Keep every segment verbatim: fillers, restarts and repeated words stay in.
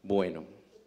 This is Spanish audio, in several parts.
Bueno,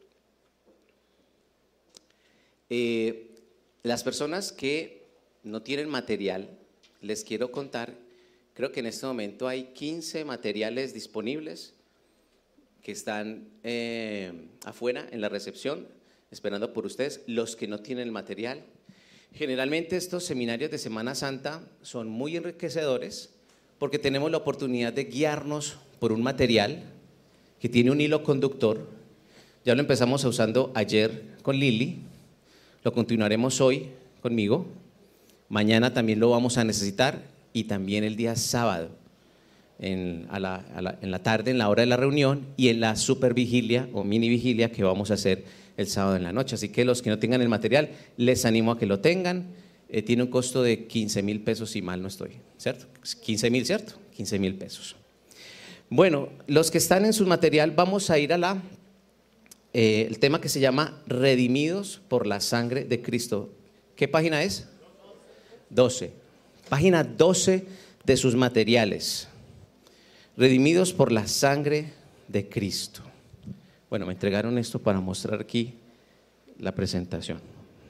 eh, las personas que no tienen material, les quiero contar, creo que en este momento hay quince materiales disponibles que están eh, afuera en la recepción, esperando por ustedes, los que no tienen el material. Generalmente estos seminarios de Semana Santa son muy enriquecedores porque tenemos la oportunidad de guiarnos por un material que tiene un hilo conductor. Ya lo empezamos usando ayer con Lili, lo continuaremos hoy conmigo, mañana también lo vamos a necesitar y también el día sábado, en, a la, a la, en la tarde, en la hora de la reunión y en la super vigilia o mini vigilia que vamos a hacer el sábado en la noche. Así que los que no tengan el material, les animo a que lo tengan. Eh, tiene un costo de quince mil pesos, si mal no estoy, ¿cierto? quince mil, ¿cierto? quince mil pesos. Bueno, los que están en su material, vamos a ir a la, eh, el tema que se llama Redimidos por la sangre de Cristo. ¿Qué página es? doce. Página doce de sus materiales. Redimidos por la sangre de Cristo. Bueno, me entregaron esto para mostrar aquí la presentación.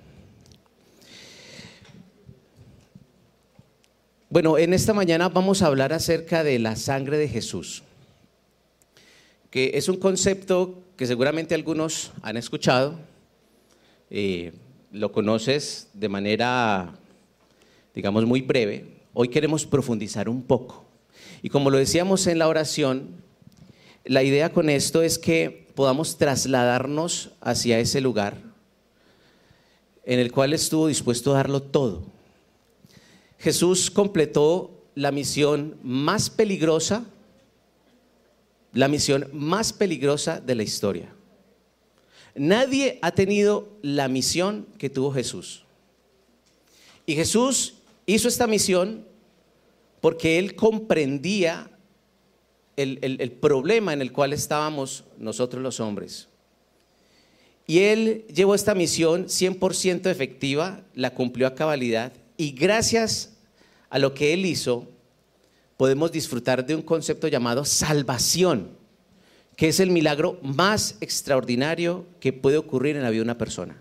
Bueno, en esta mañana vamos a hablar acerca de la sangre de Jesús, que es un concepto que seguramente algunos han escuchado, eh, lo conoces de manera, digamos, muy breve. Hoy queremos profundizar un poco. Y como lo decíamos en la oración, la idea con esto es que podamos trasladarnos hacia ese lugar en el cual estuvo dispuesto a darlo todo. Jesús completó la misión más peligrosa, la misión más peligrosa de la historia. Nadie ha tenido la misión que tuvo Jesús. Y Jesús hizo esta misión porque Él comprendía el, el, el problema en el cual estábamos nosotros los hombres. Y Él llevó esta misión cien por ciento efectiva, la cumplió a cabalidad, y gracias a lo que Él hizo, podemos disfrutar de un concepto llamado salvación, que es el milagro más extraordinario que puede ocurrir en la vida de una persona.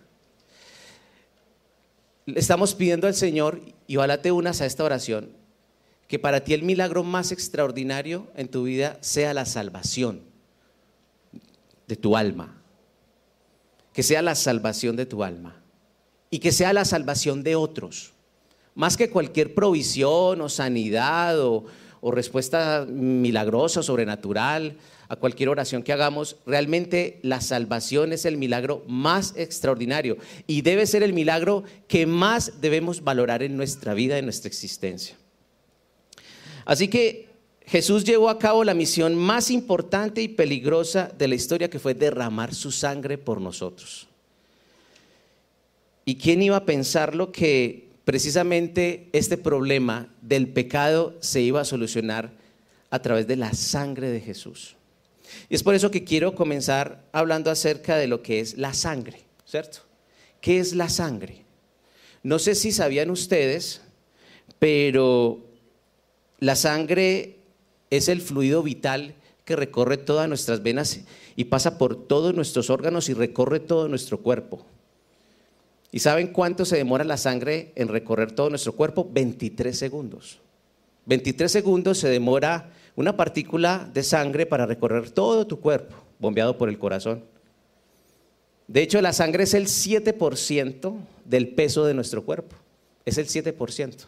Le estamos pidiendo al Señor, y ojalá te unas a esta oración, que para ti el milagro más extraordinario en tu vida sea la salvación de tu alma, que sea la salvación de tu alma y que sea la salvación de otros, más que cualquier provisión o sanidad o, o respuesta milagrosa o sobrenatural a cualquier oración que hagamos. Realmente la salvación es el milagro más extraordinario y debe ser el milagro que más debemos valorar en nuestra vida, en nuestra existencia. Así que Jesús llevó a cabo la misión más importante y peligrosa de la historia, que fue derramar su sangre por nosotros. ¿Y quién iba a pensarlo que precisamente este problema del pecado se iba a solucionar a través de la sangre de Jesús? Y es por eso que quiero comenzar hablando acerca de lo que es la sangre, ¿cierto? ¿Qué es la sangre? No sé si sabían ustedes, pero la sangre es el fluido vital que recorre todas nuestras venas y pasa por todos nuestros órganos y recorre todo nuestro cuerpo. ¿Y saben cuánto se demora la sangre en recorrer todo nuestro cuerpo? veintitrés segundos. veintitrés segundos se demora una partícula de sangre para recorrer todo tu cuerpo, bombeado por el corazón. De hecho, la sangre es el siete por ciento del peso de nuestro cuerpo. Es el siete por ciento.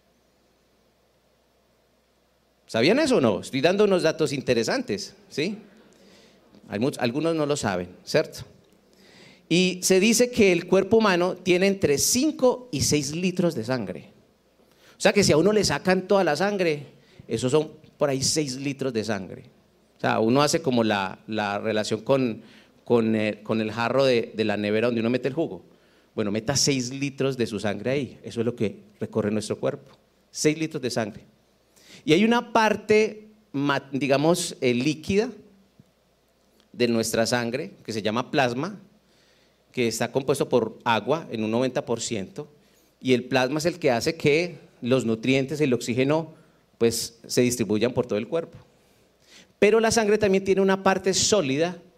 ¿Sabían eso o no? Estoy dando unos datos interesantes, ¿sí? Algunos no lo saben, ¿cierto? Y se dice que el cuerpo humano tiene entre cinco y seis litros de sangre. O sea que si a uno le sacan toda la sangre, esos son por ahí seis litros de sangre. O sea, uno hace como la, la relación con, con, eh, con el jarro de, de la nevera donde uno mete el jugo. Bueno, meta seis litros de su sangre ahí. Eso es lo que recorre nuestro cuerpo. seis litros de sangre. Y hay una parte, digamos, eh, líquida de nuestra sangre que se llama plasma, que está compuesto por agua en un noventa por ciento, y el plasma es el que hace que los nutrientes y el oxígeno pues, se distribuyan por todo el cuerpo. Pero la sangre también tiene una parte sólida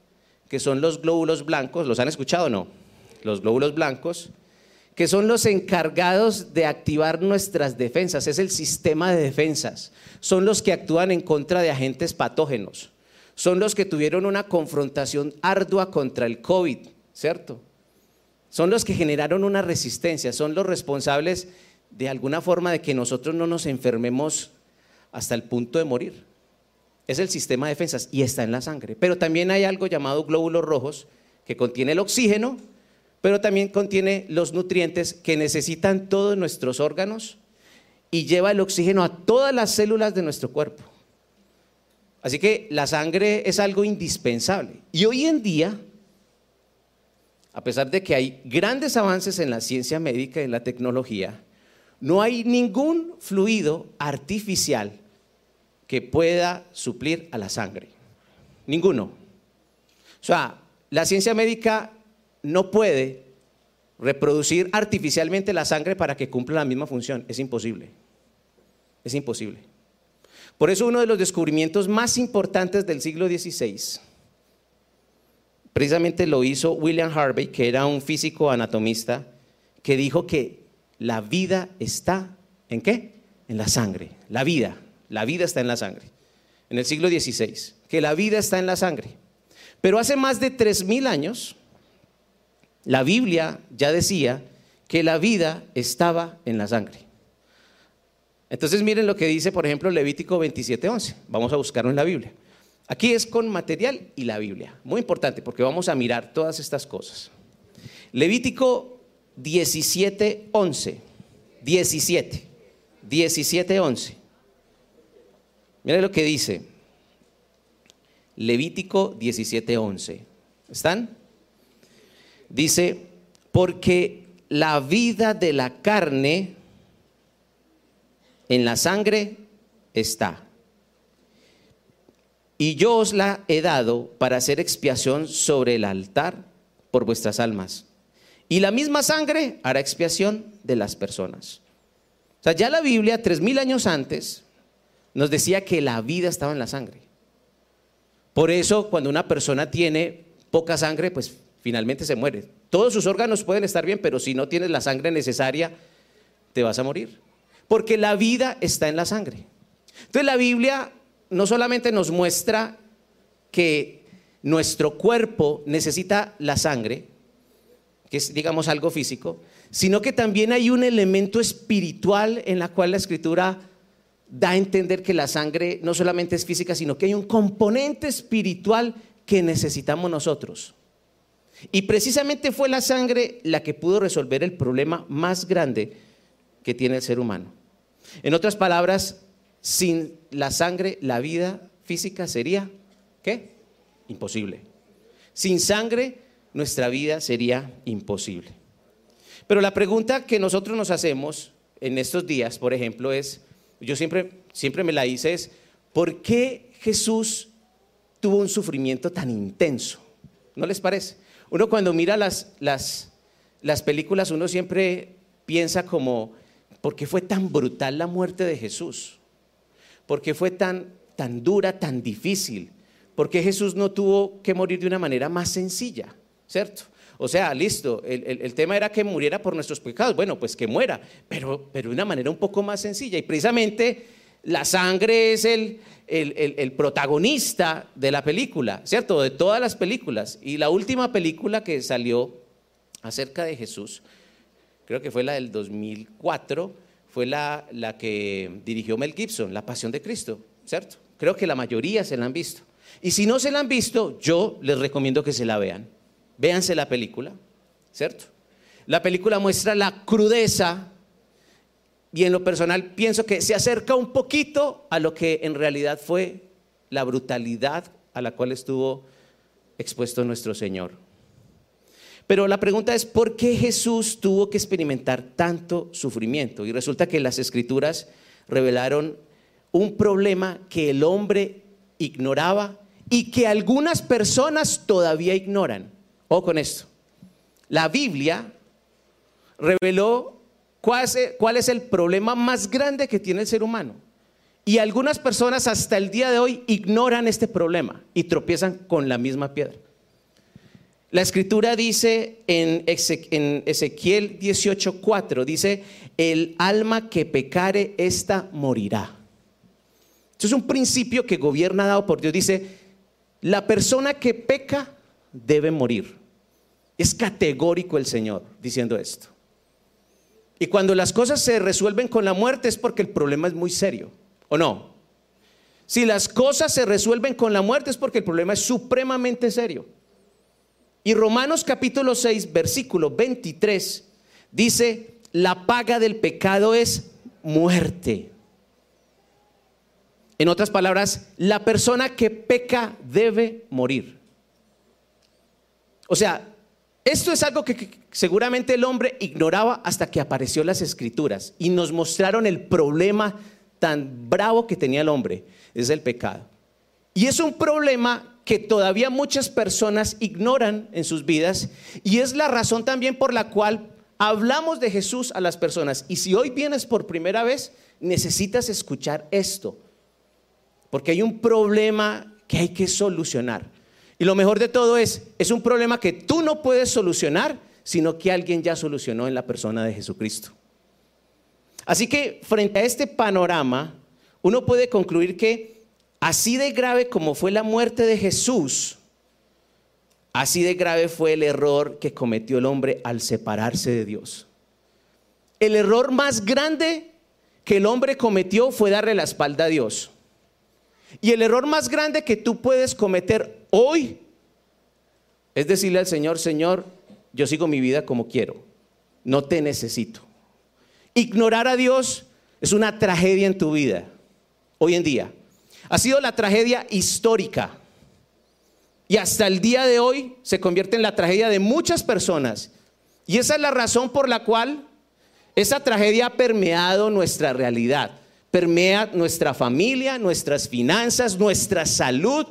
que son los glóbulos blancos. ¿Los han escuchado o no? Los glóbulos blancos, que son los encargados de activar nuestras defensas, es el sistema de defensas. Son los que actúan en contra de agentes patógenos. Son los que tuvieron una confrontación ardua contra el COVID, ¿cierto? Son los que generaron una resistencia, son los responsables de alguna forma de que nosotros no nos enfermemos hasta el punto de morir. Es el sistema de defensas y está en la sangre. Pero también hay algo llamado glóbulos rojos que contiene el oxígeno, pero también contiene los nutrientes que necesitan todos nuestros órganos y lleva el oxígeno a todas las células de nuestro cuerpo. Así que la sangre es algo indispensable. Y hoy en día, a pesar de que hay grandes avances en la ciencia médica y en la tecnología, no hay ningún fluido artificial que pueda suplir a la sangre. Ninguno. O sea, la ciencia médica no puede reproducir artificialmente la sangre para que cumpla la misma función. Es imposible. Es imposible. Por eso uno de los descubrimientos más importantes del siglo dieciséis, precisamente lo hizo William Harvey, que era un físico anatomista, que dijo que la vida está ¿en qué? En la sangre. La vida, la vida está en la sangre. En el siglo dieciséis, que la vida está en la sangre. Pero hace más de tres mil años, la Biblia ya decía que la vida estaba en la sangre. Entonces miren lo que dice, por ejemplo, Levítico veintisiete once. Vamos a buscarlo en la Biblia. Aquí es con material y la Biblia. Muy importante porque vamos a mirar todas estas cosas. Levítico diecisiete once. diecisiete. diecisiete once. Miren lo que dice. Levítico diecisiete once. ¿Están? Dice, porque la vida de la carne en la sangre está, y yo os la he dado para hacer expiación sobre el altar por vuestras almas, y la misma sangre hará expiación de las personas. O sea, ya la Biblia, tres mil años antes, nos decía que la vida estaba en la sangre. Por eso, cuando una persona tiene poca sangre, pues finalmente se muere. Todos sus órganos pueden estar bien, pero si no tienes la sangre necesaria, te vas a morir. Porque la vida está en la sangre. Entonces la Biblia no solamente nos muestra que nuestro cuerpo necesita la sangre, que es, digamos, algo físico, sino que también hay un elemento espiritual en la cual la Escritura da a entender que la sangre no solamente es física, sino que hay un componente espiritual que necesitamos nosotros. Y precisamente fue la sangre la que pudo resolver el problema más grande que tiene el ser humano. En otras palabras, sin la sangre, la vida física sería, ¿qué? Imposible. Sin sangre, nuestra vida sería imposible. Pero la pregunta que nosotros nos hacemos en estos días, por ejemplo, es, yo siempre, siempre me la hice, es, ¿por qué Jesús tuvo un sufrimiento tan intenso? ¿No les parece? Uno cuando mira las, las, las películas, uno siempre piensa como, ¿por qué fue tan brutal la muerte de Jesús? ¿Por qué fue tan, tan dura, tan difícil? ¿Por qué Jesús no tuvo que morir de una manera más sencilla? ¿Cierto? O sea, listo, el, el, el tema era que muriera por nuestros pecados. Bueno, pues que muera, pero, pero de una manera un poco más sencilla. Y precisamente la sangre es el, el, el, el protagonista de la película, ¿cierto? De todas las películas. Y la última película que salió acerca de Jesús, creo que fue la del dos mil cuatro, fue la, la que dirigió Mel Gibson, La Pasión de Cristo, ¿cierto? Creo que la mayoría se la han visto. Y si no se la han visto, yo les recomiendo que se la vean. Véanse la película, ¿cierto? La película muestra la crudeza y en lo personal pienso que se acerca un poquito a lo que en realidad fue la brutalidad a la cual estuvo expuesto nuestro Señor. Pero la pregunta es, ¿por qué Jesús tuvo que experimentar tanto sufrimiento? Y resulta que las Escrituras revelaron un problema que el hombre ignoraba y que algunas personas todavía ignoran. Ojo con esto. La Biblia reveló cuál es, cuál es el problema más grande que tiene el ser humano. Y algunas personas hasta el día de hoy ignoran este problema y tropiezan con la misma piedra. La escritura dice en Ezequiel dieciocho cuatro, dice, el alma que pecare, ésta morirá. Esto es un principio que gobierna dado por Dios. Dice, la persona que peca debe morir. Es categórico el Señor diciendo esto. Y cuando las cosas se resuelven con la muerte es porque el problema es muy serio, ¿o no? Si las cosas se resuelven con la muerte es porque el problema es supremamente serio. Y Romanos capítulo seis, versículo veintitrés, dice, la paga del pecado es muerte. En otras palabras, la persona que peca debe morir. O sea, esto es algo que seguramente el hombre ignoraba hasta que apareció las escrituras y nos mostraron el problema tan bravo que tenía el hombre, es el pecado. Y es un problema que todavía muchas personas ignoran en sus vidas y es la razón también por la cual hablamos de Jesús a las personas. Y si hoy vienes por primera vez, necesitas escuchar esto, porque hay un problema que hay que solucionar. Y lo mejor de todo es, es un problema que tú no puedes solucionar, sino que alguien ya solucionó en la persona de Jesucristo. Así que frente a este panorama, uno puede concluir que así de grave como fue la muerte de Jesús, así de grave fue el error que cometió el hombre al separarse de Dios. El error más grande que el hombre cometió fue darle la espalda a Dios. Y el error más grande que tú puedes cometer hoy es decirle al Señor, Señor, yo sigo mi vida como quiero, no te necesito. Ignorar a Dios es una tragedia en tu vida hoy en día. Ha sido la tragedia histórica y hasta el día de hoy se convierte en la tragedia de muchas personas. Y esa es la razón por la cual esa tragedia ha permeado nuestra realidad. Permea nuestra familia, nuestras finanzas, nuestra salud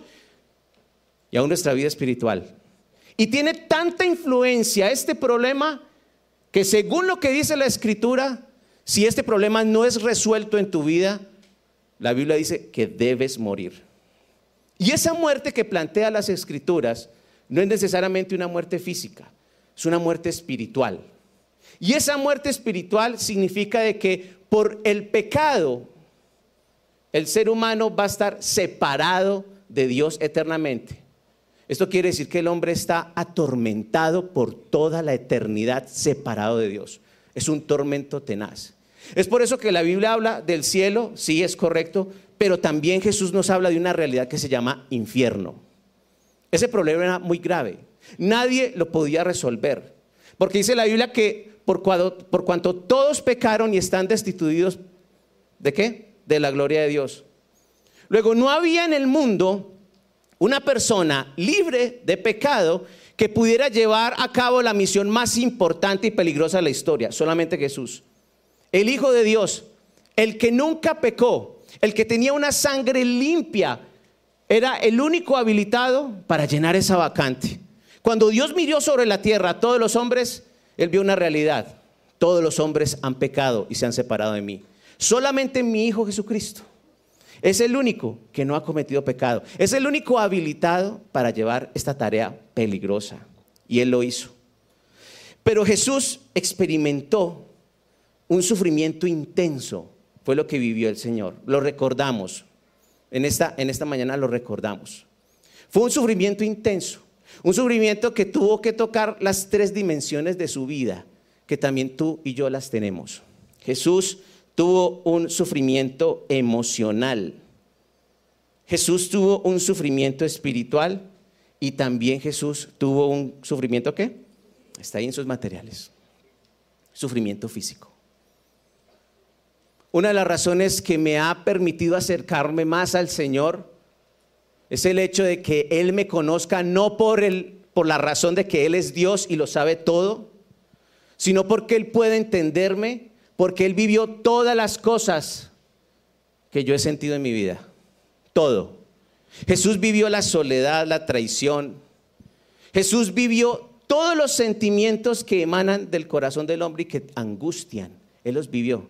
y aún nuestra vida espiritual. Y tiene tanta influencia este problema que según lo que dice la escritura, si este problema no es resuelto en tu vida, la Biblia dice que debes morir. Y esa muerte que plantea las escrituras no es necesariamente una muerte física, es una muerte espiritual. Y esa muerte espiritual significa de que por el pecado el ser humano va a estar separado de Dios eternamente. Esto quiere decir que el hombre está atormentado por toda la eternidad separado de Dios. Es un tormento tenaz. Es por eso que la Biblia habla del cielo, sí es correcto, pero también Jesús nos habla de una realidad que se llama infierno. Ese problema era muy grave. Nadie lo podía resolver. Porque dice la Biblia que por cuanto, por cuanto todos pecaron y están destituidos, ¿de qué? De la gloria de Dios. Luego, no había en el mundo una persona libre de pecado que pudiera llevar a cabo la misión más importante y peligrosa de la historia, solamente Jesús. El Hijo de Dios, el que nunca pecó, el que tenía una sangre limpia, era el único habilitado para llenar esa vacante. Cuando Dios miró sobre la tierra a todos los hombres, Él vio una realidad. Todos los hombres han pecado y se han separado de mí. Solamente mi Hijo Jesucristo es el único que no ha cometido pecado. Es el único habilitado para llevar esta tarea peligrosa. Y Él lo hizo. Pero Jesús experimentó un sufrimiento intenso. Fue lo que vivió el Señor. Lo recordamos. En esta, en esta mañana lo recordamos. Fue un sufrimiento intenso. Un sufrimiento que tuvo que tocar las tres dimensiones de su vida, que también tú y yo las tenemos. Jesús tuvo un sufrimiento emocional. Jesús tuvo un sufrimiento espiritual y también Jesús tuvo un sufrimiento, ¿qué? Está ahí en sus materiales. Sufrimiento físico. Una de las razones que me ha permitido acercarme más al Señor es el hecho de que Él me conozca no por, el, por la razón de que Él es Dios y lo sabe todo, sino porque Él puede entenderme, porque Él vivió todas las cosas que yo he sentido en mi vida. Todo. Jesús vivió la soledad, la traición. Jesús vivió todos los sentimientos que emanan del corazón del hombre y que angustian. Él los vivió.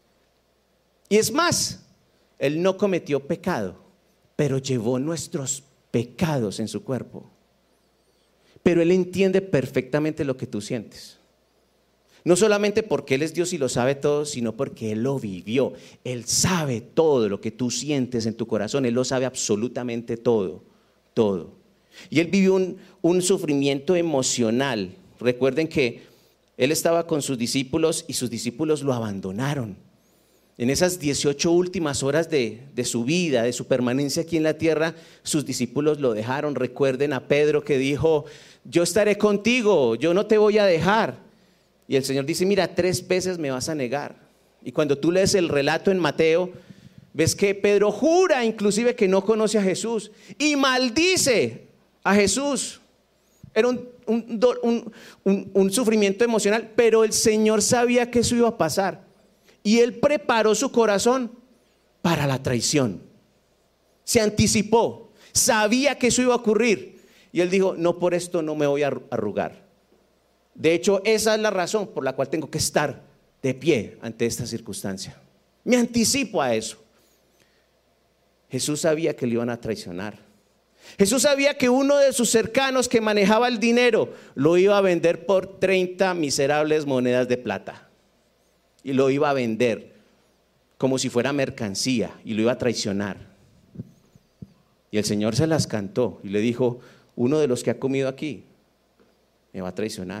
Y es más, Él no cometió pecado, pero llevó nuestros pecados en su cuerpo. pero Él entiende perfectamente lo que tú sientes. No solamente porque Él es Dios y lo sabe todo, sino porque Él lo vivió. Él sabe todo lo que tú sientes en tu corazón. Él lo sabe absolutamente todo, todo. Y Él vivió un, un sufrimiento emocional. Recuerden que Él estaba con sus discípulos y sus discípulos lo abandonaron. En esas dieciocho últimas horas de, de su vida, de su permanencia aquí en la tierra, sus discípulos lo dejaron. Recuerden a Pedro que dijo: yo estaré contigo, yo no te voy a dejar. Y el Señor dice: mira, tres veces me vas a negar. Y cuando tú lees el relato en Mateo, ves que Pedro jura inclusive que no conoce a Jesús y maldice a Jesús. Era un, un, un, un, un sufrimiento emocional, pero el Señor sabía que eso iba a pasar. Y Él preparó su corazón para la traición. Se anticipó, sabía que eso iba a ocurrir. Y Él dijo: no, por esto no me voy a arrugar. De hecho, esa es la razón por la cual tengo que estar de pie ante esta circunstancia. Me anticipo a eso. Jesús sabía que le iban a traicionar. Jesús sabía que uno de sus cercanos que manejaba el dinero lo iba a vender por treinta miserables monedas de plata. Y lo iba a vender como si fuera mercancía y lo iba a traicionar. Y el Señor se las cantó y le dijo: uno de los que ha comido aquí me va a traicionar.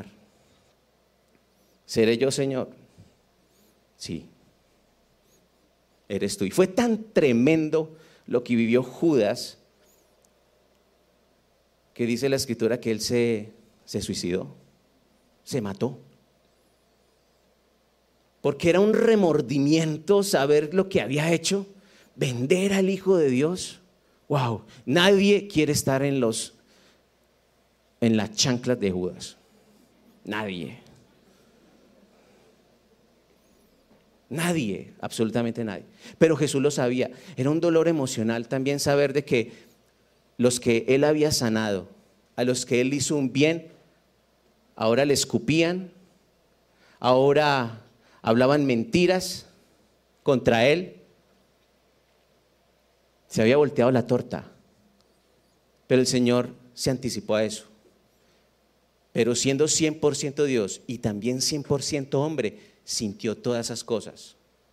¿Seré yo, Señor? Sí, eres tú. Y fue tan tremendo lo que vivió Judas, que dice la Escritura que él se, se suicidó, se mató. Porque era un remordimiento saber lo que había hecho, vender al Hijo de Dios. Wow, nadie quiere estar en los en las chanclas de Judas. Nadie. Nadie, absolutamente nadie. Pero Jesús lo sabía. Era un dolor emocional también saber de que los que Él había sanado, a los que Él hizo un bien, ahora le escupían, ahora hablaban mentiras contra Él. Se había volteado la torta. Pero el Señor se anticipó a eso. Pero siendo cien por ciento Dios y también cien por ciento hombre, sintió todas esas cosas.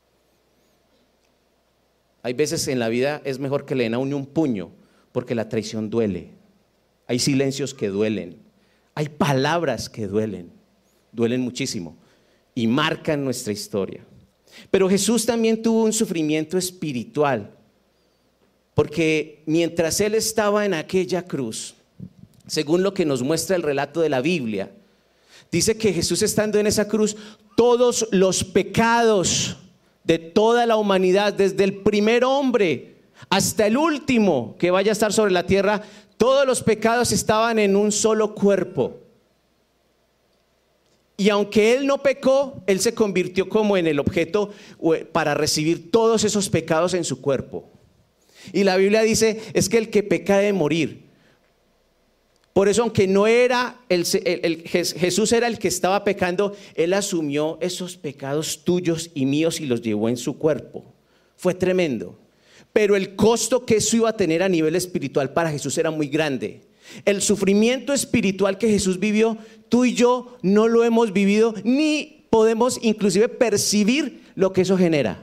Hay veces en la vida es mejor que le den a uno un puño, porque la traición duele. Hay silencios que duelen. Hay palabras que duelen. Duelen muchísimo y marcan nuestra historia. Pero Jesús también tuvo un sufrimiento espiritual, porque mientras Él estaba en aquella cruz, según lo que nos muestra el relato de la Biblia, dice que Jesús, estando en esa cruz, todos los pecados de toda la humanidad, desde el primer hombre hasta el último que vaya a estar sobre la tierra, todos los pecados estaban en un solo cuerpo. Y aunque Él no pecó, Él se convirtió como en el objeto para recibir todos esos pecados en su cuerpo. Y la Biblia dice, es que el que peca debe morir. Por eso, aunque no era el, el, el, Jesús era el que estaba pecando, Él asumió esos pecados tuyos y míos y los llevó en su cuerpo. Fue tremendo. Pero el costo que eso iba a tener a nivel espiritual para Jesús era muy grande. El sufrimiento espiritual que Jesús vivió, tú y yo no lo hemos vivido, ni podemos inclusive percibir lo que eso genera.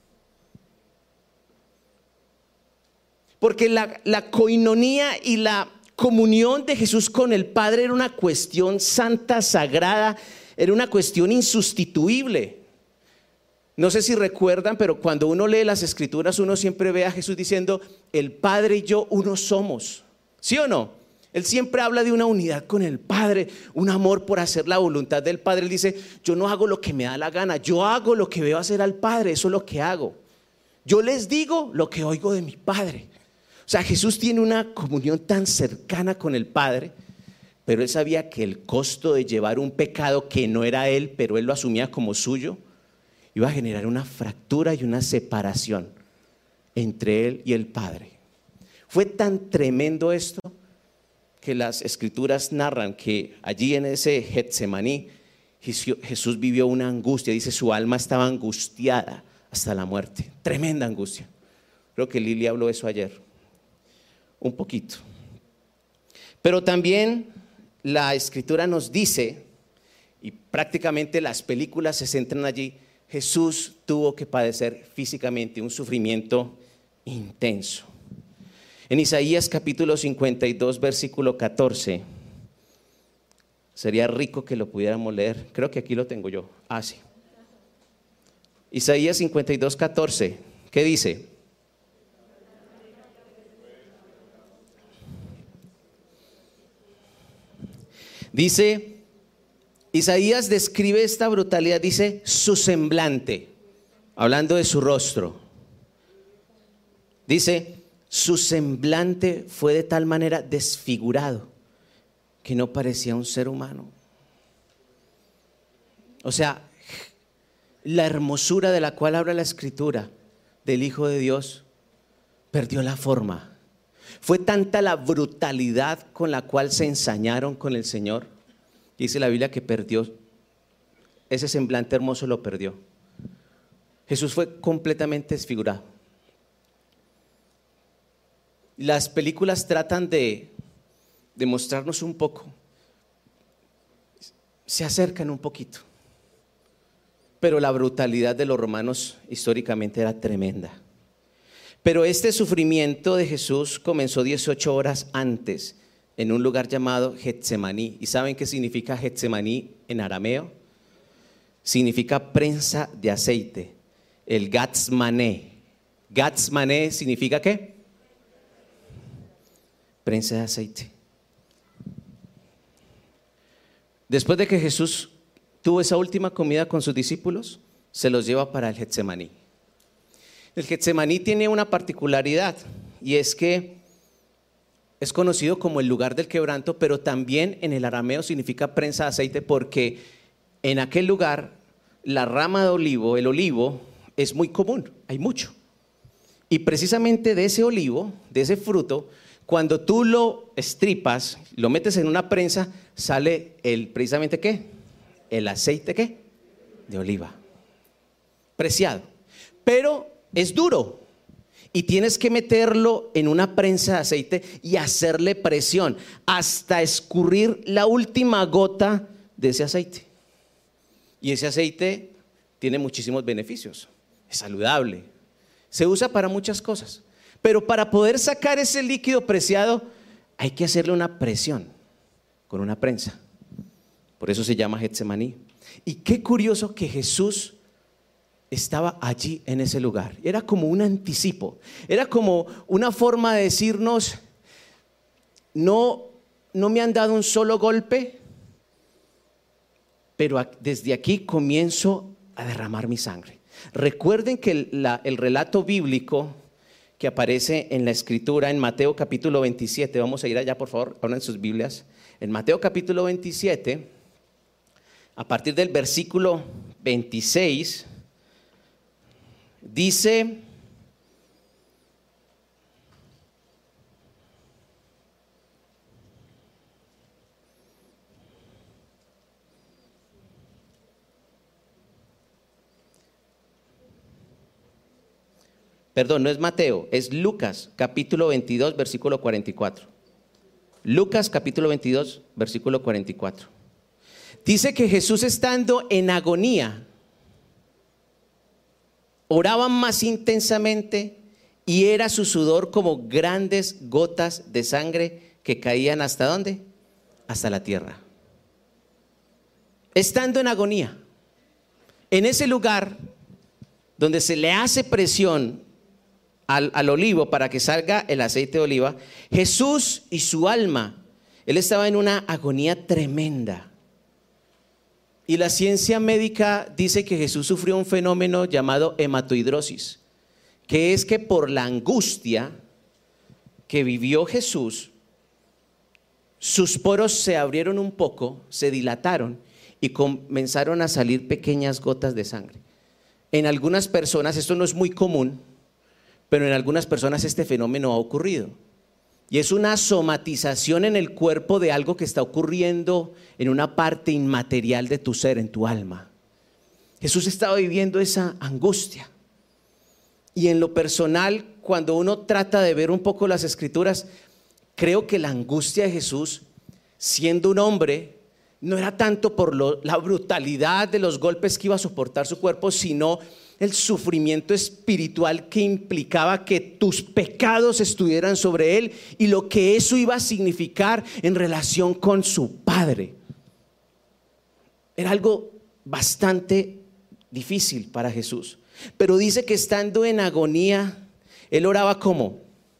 Porque la, la coinonía y la comunión de Jesús con el Padre era una cuestión santa, sagrada, era una cuestión insustituible. No sé si recuerdan, pero cuando uno lee las Escrituras, uno siempre ve a Jesús diciendo: el Padre y yo uno somos. ¿Sí o no? Él siempre habla de una unidad con el Padre, un amor por hacer la voluntad del Padre. Él dice: yo no hago lo que me da la gana, yo hago lo que veo hacer al Padre, eso es lo que hago. Yo les digo lo que oigo de mi Padre. O sea, Jesús tiene una comunión tan cercana con el Padre, pero Él sabía que el costo de llevar un pecado que no era Él, pero Él lo asumía como suyo, iba a generar una fractura y una separación entre Él y el Padre. Fue tan tremendo esto que las Escrituras narran que allí en ese Getsemaní Jesús vivió una angustia. Dice, su alma estaba angustiada hasta la muerte. Tremenda angustia. Creo que Lili habló de eso ayer un poquito. Pero también la escritura nos dice, y prácticamente las películas se centran allí, Jesús tuvo que padecer físicamente un sufrimiento intenso. En Isaías capítulo cincuenta y dos, versículo catorce, sería rico que lo pudiéramos leer, creo que aquí lo tengo yo, ah sí. Isaías cincuenta y dos, catorce, ¿qué dice? Dice, Isaías describe esta brutalidad, dice su semblante, hablando de su rostro. Dice, su semblante fue de tal manera desfigurado que no parecía un ser humano. O sea, la hermosura de la cual habla la escritura del Hijo de Dios perdió la forma. Fue tanta la brutalidad con la cual se ensañaron con el Señor. Dice la Biblia que perdió, ese semblante hermoso lo perdió. Jesús fue completamente desfigurado. Las películas tratan de, de mostrarnos un poco, se acercan un poquito, pero la brutalidad de los romanos históricamente era tremenda. Pero este sufrimiento de Jesús comenzó dieciocho horas antes en un lugar llamado Getsemaní. ¿Y saben qué significa Getsemaní en arameo? Significa prensa de aceite. El Gatsmané. Gatsmané significa ¿qué? Prensa de aceite. Después de que Jesús tuvo esa última comida con sus discípulos, se los lleva para el Getsemaní. El Getsemaní tiene una particularidad y es que es conocido como el lugar del quebranto, pero también en el arameo significa prensa de aceite porque en aquel lugar la rama de olivo, el olivo, es muy común, hay mucho. Y precisamente de ese olivo, de ese fruto, cuando tú lo estripas, lo metes en una prensa, sale el, precisamente ¿qué? El aceite ¿qué? De oliva. Preciado. Pero es duro y tienes que meterlo en una prensa de aceite y hacerle presión hasta escurrir la última gota de ese aceite. Y ese aceite tiene muchísimos beneficios. Es saludable. Se usa para muchas cosas. Pero para poder sacar ese líquido preciado hay que hacerle una presión con una prensa. Por eso se llama Getsemaní. Y qué curioso que Jesús estaba allí en ese lugar. Era como un anticipo, era como una forma de decirnos, no, no me han dado un solo golpe, pero desde aquí comienzo a derramar mi sangre. Recuerden que el, la, el relato bíblico que aparece en la escritura en Mateo capítulo veintisiete, vamos a ir allá por favor, abran sus Biblias, en Mateo capítulo veintisiete, a partir del versículo veintiséis, dice, perdón, no es Mateo, es Lucas capítulo veintidós, versículo cuarenta y cuatro. Lucas capítulo veintidós, versículo cuarenta y cuatro. Dice que Jesús, estando en agonía, oraba más intensamente y era su sudor como grandes gotas de sangre que caían ¿hasta dónde? Hasta la tierra. Estando en agonía, en ese lugar donde se le hace presión al, al olivo para que salga el aceite de oliva, Jesús y su alma, él estaba en una agonía tremenda. Y la ciencia médica dice que Jesús sufrió un fenómeno llamado hematohidrosis, que es que por la angustia que vivió Jesús, sus poros se abrieron un poco, se dilataron y comenzaron a salir pequeñas gotas de sangre. En algunas personas, esto no es muy común, pero en algunas personas este fenómeno ha ocurrido. Y es una somatización en el cuerpo de algo que está ocurriendo en una parte inmaterial de tu ser, en tu alma. Jesús estaba viviendo esa angustia. Y en lo personal, cuando uno trata de ver un poco las escrituras, creo que la angustia de Jesús siendo un hombre, no era tanto por lo, la brutalidad de los golpes que iba a soportar su cuerpo, sino el sufrimiento espiritual que implicaba que tus pecados estuvieran sobre él y lo que eso iba a significar en relación con su padre. Era algo bastante difícil para Jesús. Pero dice que estando en agonía, él oraba ¿cómo?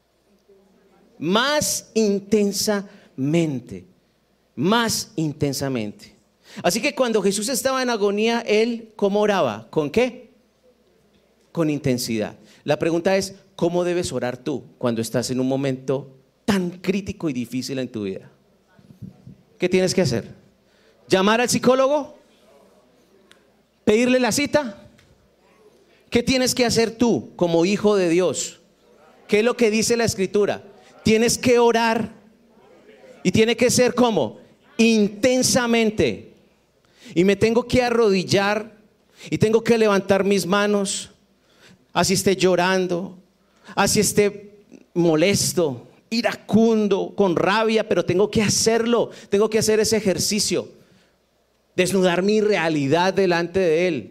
Más intensamente, más intensamente. Así que cuando Jesús estaba en agonía, él ¿cómo oraba? ¿Con qué? Con intensidad. La pregunta es, ¿cómo debes orar tú cuando estás en un momento tan crítico y difícil en tu vida? ¿Qué tienes que hacer? ¿Llamar al psicólogo? ¿Pedirle la cita? ¿Qué tienes que hacer tú como hijo de Dios? ¿Qué es lo que dice la Escritura? Tienes que orar y tiene que ser ¿cómo? Intensamente. Y me tengo que arrodillar y tengo que levantar mis manos, así esté llorando, así esté molesto, iracundo, con rabia, pero tengo que hacerlo, tengo que hacer ese ejercicio, desnudar mi realidad delante de Él.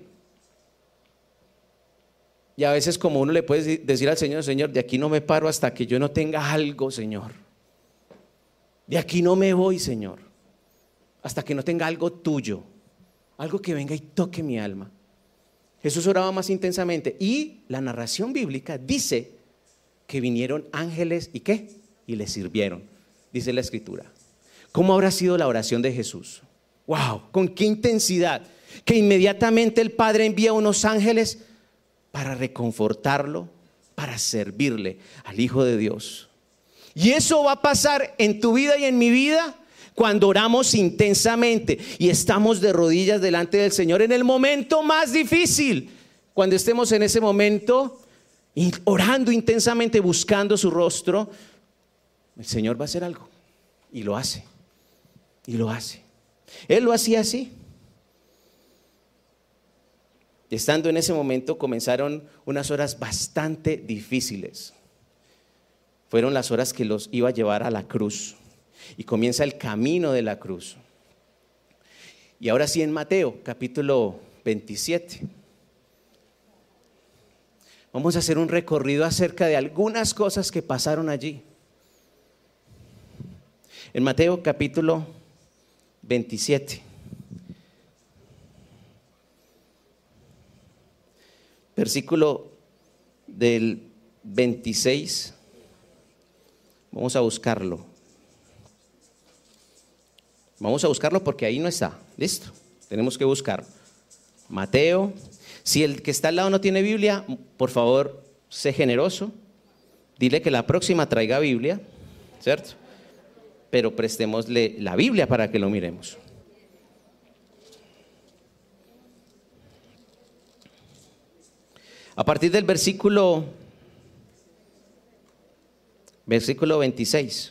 Y a veces como uno le puede decir al Señor, Señor, de aquí no me paro hasta que yo no tenga algo, Señor. De aquí no me voy, Señor, hasta que no tenga algo tuyo, algo que venga y toque mi alma. Jesús oraba más intensamente y la narración bíblica dice que vinieron ángeles y ¿qué? Y le sirvieron, dice la Escritura. ¿Cómo habrá sido la oración de Jesús? ¡Wow! ¿Con qué intensidad? Que inmediatamente el Padre envía unos ángeles para reconfortarlo, para servirle al Hijo de Dios. Y eso va a pasar en tu vida y en mi vida cuando oramos intensamente y estamos de rodillas delante del Señor en el momento más difícil. Cuando estemos en ese momento orando intensamente, buscando su rostro, el Señor va a hacer algo y lo hace, y lo hace. Él lo hacía así. Estando en ese momento comenzaron unas horas bastante difíciles. Fueron las horas que los iba a llevar a la cruz. Y comienza el camino de la cruz. Y ahora sí en Mateo, capítulo veintisiete. Vamos a hacer un recorrido acerca de algunas cosas que pasaron allí. En Mateo, capítulo veintisiete. Versículo del veintiséis. Vamos a buscarlo. Vamos a buscarlo porque ahí no está. Listo. Tenemos que buscarlo. Mateo. Si el que está al lado no tiene Biblia, por favor, sé generoso. Dile que la próxima traiga Biblia, ¿cierto? Pero prestémosle la Biblia para que lo miremos. A partir del versículo versículo veintiséis.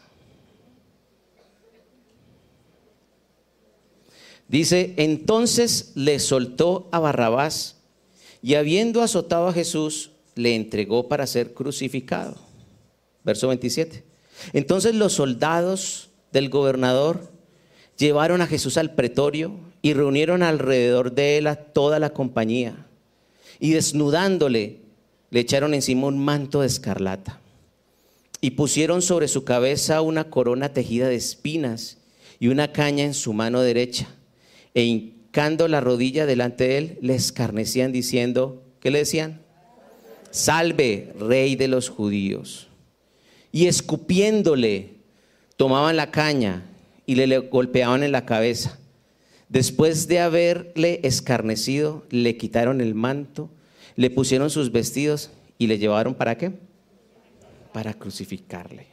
Dice, entonces le soltó a Barrabás y habiendo azotado a Jesús, le entregó para ser crucificado. Verso veintisiete. Entonces los soldados del gobernador llevaron a Jesús al pretorio y reunieron alrededor de él a toda la compañía. Y desnudándole, le echaron encima un manto de escarlata y pusieron sobre su cabeza una corona tejida de espinas y una caña en su mano derecha. E hincando la rodilla delante de él, le escarnecían diciendo, ¿qué le decían? Salve, Rey de los judíos. Y escupiéndole, tomaban la caña y le, le golpeaban en la cabeza. Después de haberle escarnecido, le quitaron el manto, le pusieron sus vestidos y le llevaron ¿para qué? Para crucificarle.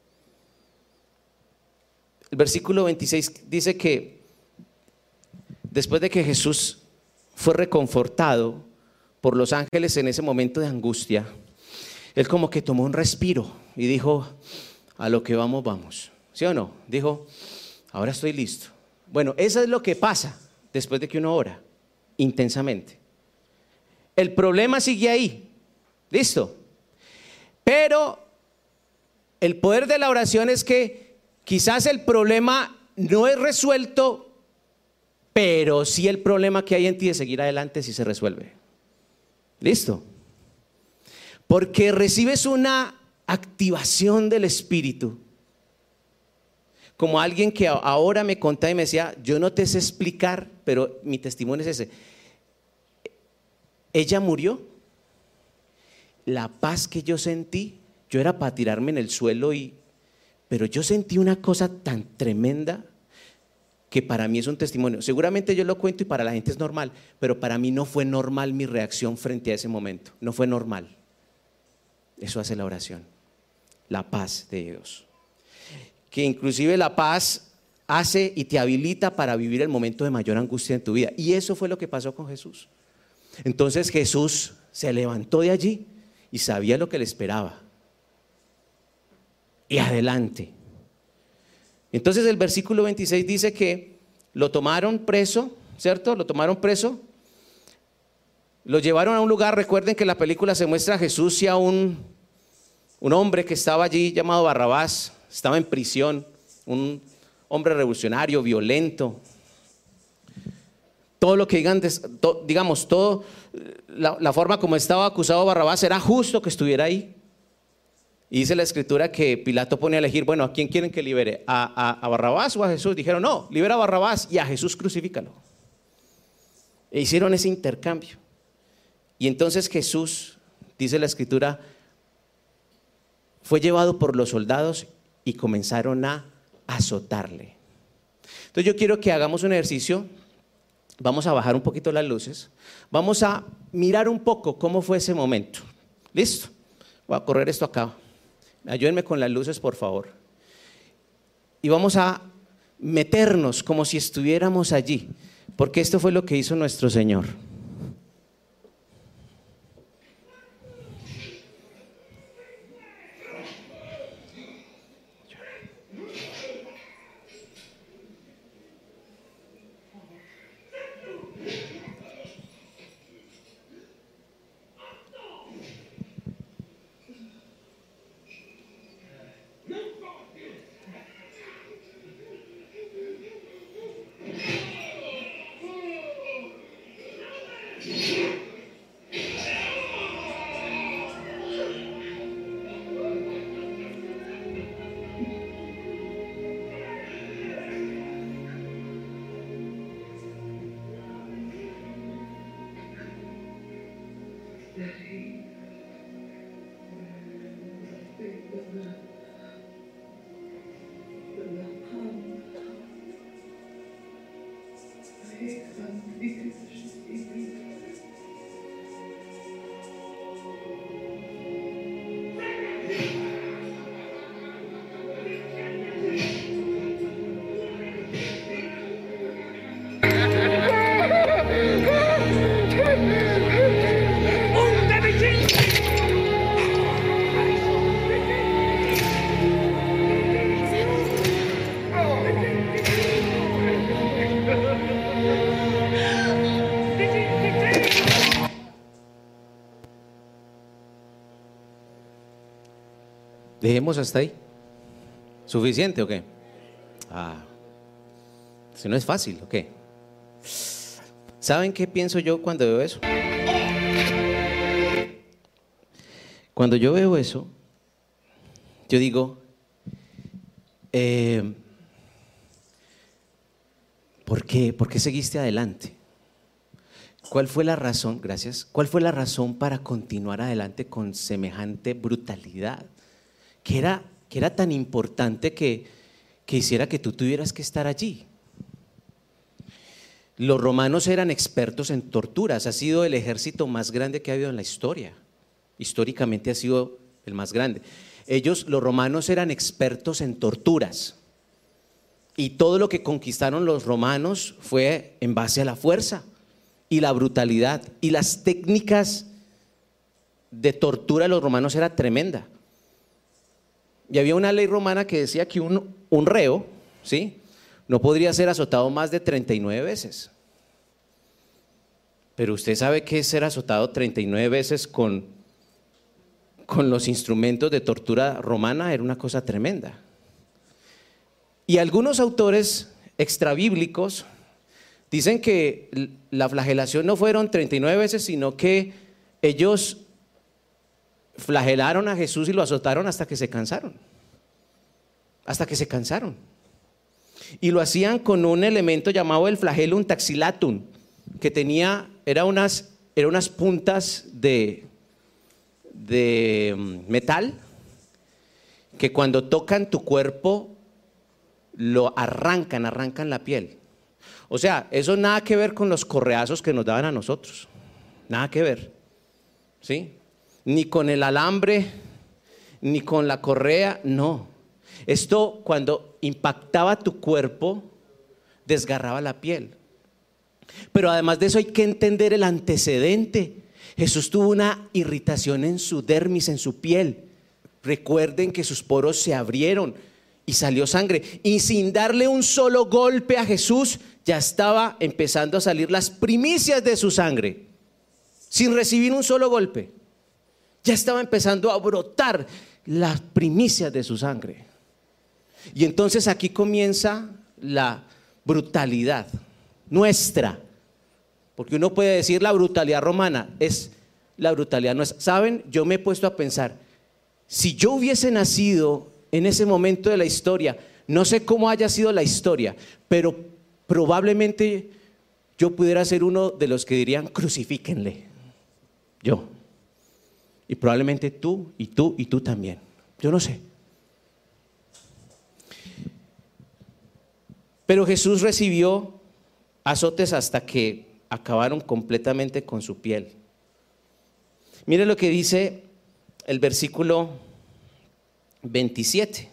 El versículo veintiséis dice que después de que Jesús fue reconfortado por los ángeles en ese momento de angustia, él como que tomó un respiro y dijo, a lo que vamos, vamos. ¿Sí o no? Dijo, ahora estoy listo. Bueno, eso es lo que pasa después de que uno ora intensamente. El problema sigue ahí, listo. Pero el poder de la oración es que quizás el problema no es resuelto, pero sí el problema que hay en ti de seguir adelante sí se resuelve. ¿Listo? Porque recibes una activación del Espíritu. Como alguien que ahora me contaba y me decía, yo no te sé explicar, pero mi testimonio es ese. Ella murió. La paz que yo sentí, yo era para tirarme en el suelo, y, pero yo sentí una cosa tan tremenda que para mí es un testimonio. Seguramente yo lo cuento y para la gente es normal, pero para mí no fue normal mi reacción frente a ese momento. No fue normal. Eso hace la oración, la paz de Dios. Que inclusive la paz hace y te habilita para vivir el momento de mayor angustia en tu vida. Y eso fue lo que pasó con Jesús. Entonces Jesús se levantó de allí y sabía lo que le esperaba. Y adelante. Entonces el versículo veintiséis dice que lo tomaron preso, ¿cierto? Lo tomaron preso. Lo llevaron a un lugar. Recuerden que en la película se muestra a Jesús y a un, un hombre que estaba allí llamado Barrabás. Estaba en prisión, un hombre revolucionario, violento. Todo lo que digan, digamos, todo, la, la forma como estaba acusado Barrabás era justo que estuviera ahí. Y dice la escritura que Pilato pone a elegir, bueno, ¿a quién quieren que libere? ¿A, a, a Barrabás o a Jesús? Dijeron, no, libera a Barrabás y a Jesús crucifícalo. E hicieron ese intercambio. Y entonces Jesús, dice la escritura, fue llevado por los soldados y comenzaron a azotarle. Entonces yo quiero que hagamos un ejercicio. Vamos a bajar un poquito las luces. Vamos a mirar un poco cómo fue ese momento. ¿Listo? Voy a correr esto acá. Ayúdenme con las luces, por favor. Y vamos a meternos como si estuviéramos allí, porque esto fue lo que hizo nuestro Señor. Dejemos hasta ahí. ¿Suficiente o qué? Ah, si no es fácil, ¿o qué? ¿Saben qué pienso yo cuando veo eso? Cuando yo veo eso, yo digo, eh, ¿por qué? ¿Por qué seguiste adelante? ¿Cuál fue la razón? Gracias. ¿Cuál fue la razón para continuar adelante con semejante brutalidad? Que era, que era tan importante que, que hiciera que tú tuvieras que estar allí. Los romanos eran expertos en torturas. Ha sido el ejército más grande que ha habido en la historia. Históricamente ha sido el más grande. Ellos, los romanos, eran expertos en torturas. Y todo lo que conquistaron los romanos fue en base a la fuerza y la brutalidad. Y las técnicas de tortura de los romanos era tremenda. Y había una ley romana que decía que un, un reo, ¿sí?, no podría ser azotado más de treinta y nueve veces. Pero usted sabe que es ser azotado treinta y nueve veces con, con los instrumentos de tortura romana era una cosa tremenda. Y algunos autores extrabíblicos dicen que la flagelación no fueron treinta y nueve veces, sino que ellos flagelaron a Jesús y lo azotaron hasta que se cansaron. Hasta que se cansaron. Y lo hacían con un elemento llamado el flagellum taxilatum, que tenía, era unas, era unas puntas de, de metal que cuando tocan tu cuerpo lo arrancan, arrancan la piel. O sea, eso nada que ver con los correazos que nos daban a nosotros. Nada que ver. ¿Sí? Ni con el alambre, ni con la correa, no. Esto cuando impactaba tu cuerpo, desgarraba la piel. Pero además de eso hay que entender el antecedente. Jesús tuvo una irritación en su dermis, en su piel. Recuerden que sus poros se abrieron y salió sangre. Y sin darle un solo golpe a Jesús, ya estaba empezando a salir las primicias de su sangre. Sin recibir un solo golpe, ya estaba empezando a brotar las primicias de su sangre. Y entonces aquí comienza la brutalidad nuestra, porque uno puede decir la brutalidad romana, es la brutalidad nuestra. ¿Saben? Yo me he puesto a pensar, si yo hubiese nacido en ese momento de la historia, no sé cómo haya sido la historia, pero probablemente yo pudiera ser uno de los que dirían crucifíquenle. Yo. Y probablemente tú, y tú, y tú también. Yo no sé. Pero Jesús recibió azotes hasta que acabaron completamente con su piel. Mire lo que dice el versículo veintisiete.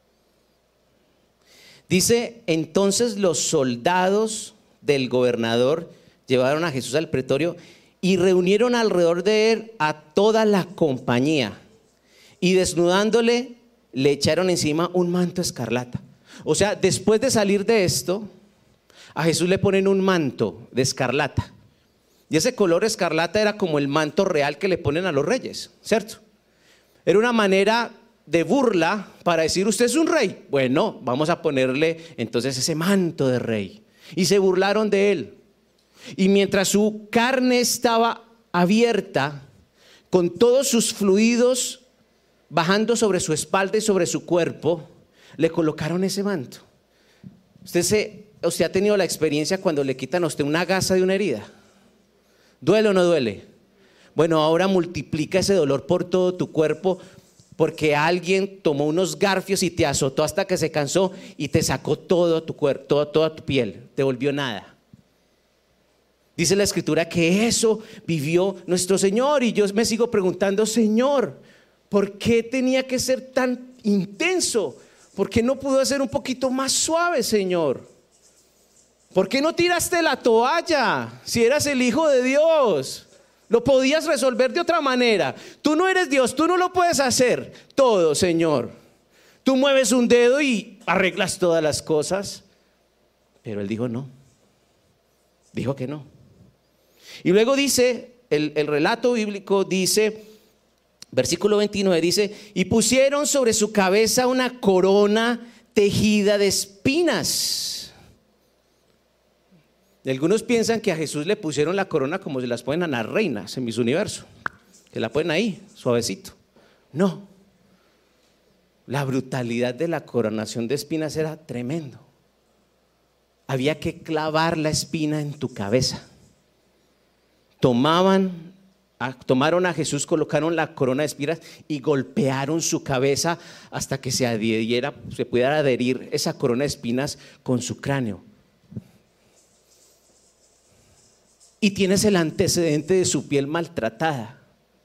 Dice, entonces los soldados del gobernador llevaron a Jesús al pretorio y reunieron alrededor de él a toda la compañía y desnudándole le echaron encima un manto escarlata. O sea, después de salir de esto, a Jesús le ponen un manto de escarlata. Y ese color escarlata era como el manto real que le ponen a los reyes, ¿cierto? Era una manera de burla para decir, usted es un rey. Bueno, vamos a ponerle entonces ese manto de rey. Y se burlaron de él. Y mientras su carne estaba abierta, con todos sus fluidos bajando sobre su espalda y sobre su cuerpo, le colocaron ese manto. Usted, se, usted ha tenido la experiencia cuando le quitan a usted una gasa de una herida. ¿Duele o no duele? Bueno, ahora multiplica ese dolor por todo tu cuerpo, porque alguien tomó unos garfios y te azotó hasta que se cansó y te sacó todo tu cuerpo, toda, toda tu piel, te volvió nada. Dice la escritura que eso vivió nuestro Señor, y yo me sigo preguntando, Señor, ¿por qué tenía que ser tan intenso? ¿Por qué no pudo ser un poquito más suave, Señor? ¿Por qué no tiraste la toalla si eras el Hijo de Dios? Lo podías resolver de otra manera. Tú no eres Dios, tú no lo puedes hacer todo, Señor. Tú mueves un dedo y arreglas todas las cosas. Pero él dijo no. Dijo que no. Y luego dice, el, el relato bíblico dice, versículo veintinueve dice, y pusieron sobre su cabeza una corona tejida de espinas. Y algunos piensan que a Jesús le pusieron la corona como se las ponen a las reinas en Miss Universo, que la ponen ahí, suavecito. No, la brutalidad de la coronación de espinas era tremendo. Había que clavar la espina en tu cabeza. Tomaban, a, tomaron a Jesús, colocaron la corona de espinas y golpearon su cabeza hasta que se adhiriera, se pudiera adherir esa corona de espinas con su cráneo. Y tienes el antecedente de su piel maltratada.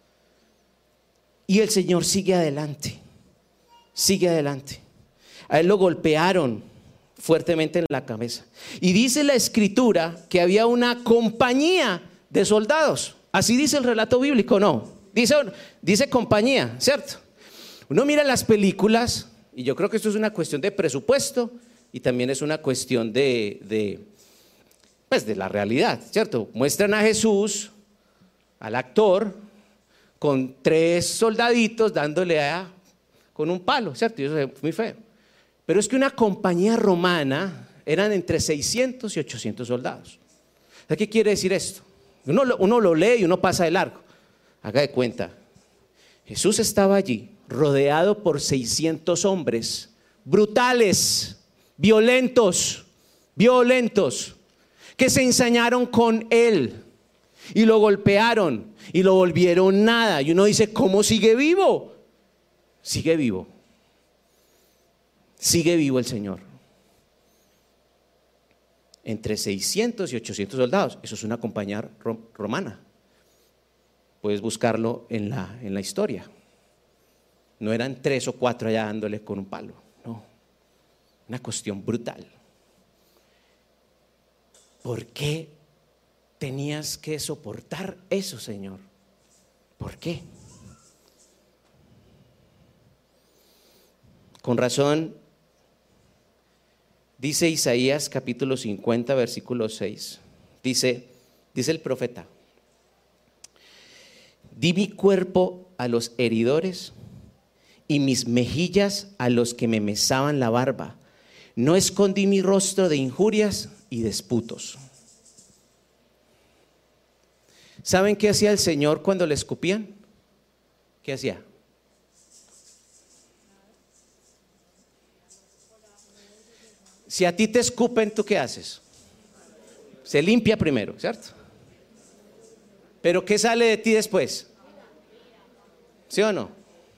Y el Señor sigue adelante, sigue adelante. A él lo golpearon fuertemente en la cabeza. Y dice la escritura que había una compañía de soldados. Así dice el relato bíblico, ¿no? Dice, dice compañía, ¿cierto? Uno mira las películas, y yo creo que esto es una cuestión de presupuesto y también es una cuestión de... de pues de la realidad, ¿cierto? Muestran a Jesús, al actor, con tres soldaditos dándole a, con un palo, ¿cierto? Y eso es muy feo. Pero es que una compañía romana eran entre seiscientos y ochocientos soldados. ¿Qué quiere decir esto? Uno lo, uno lo lee y uno pasa de largo. Haga de cuenta, Jesús estaba allí rodeado por seiscientos hombres brutales, violentos, violentos, que se ensañaron con él y lo golpearon y lo volvieron nada. Y uno dice, ¿cómo sigue vivo? Sigue vivo. Sigue vivo el Señor. Entre seiscientos y ochocientos soldados. Eso es una compañía romana. Puedes buscarlo en la, en la historia. No eran tres o cuatro allá dándole con un palo. No. Una cuestión brutal. ¿Por qué tenías que soportar eso, Señor? ¿Por qué? Con razón, dice Isaías capítulo cincuenta, versículo seis. Dice, dice el profeta: di mi cuerpo a los heridores y mis mejillas a los que me mesaban la barba. No escondí mi rostro de injurias y disputos. ¿Saben qué hacía el Señor cuando le escupían? ¿Qué hacía? Si a ti te escupen, ¿tú qué haces? Se limpia primero, ¿cierto? Pero ¿qué sale de ti después? ¿Sí o no?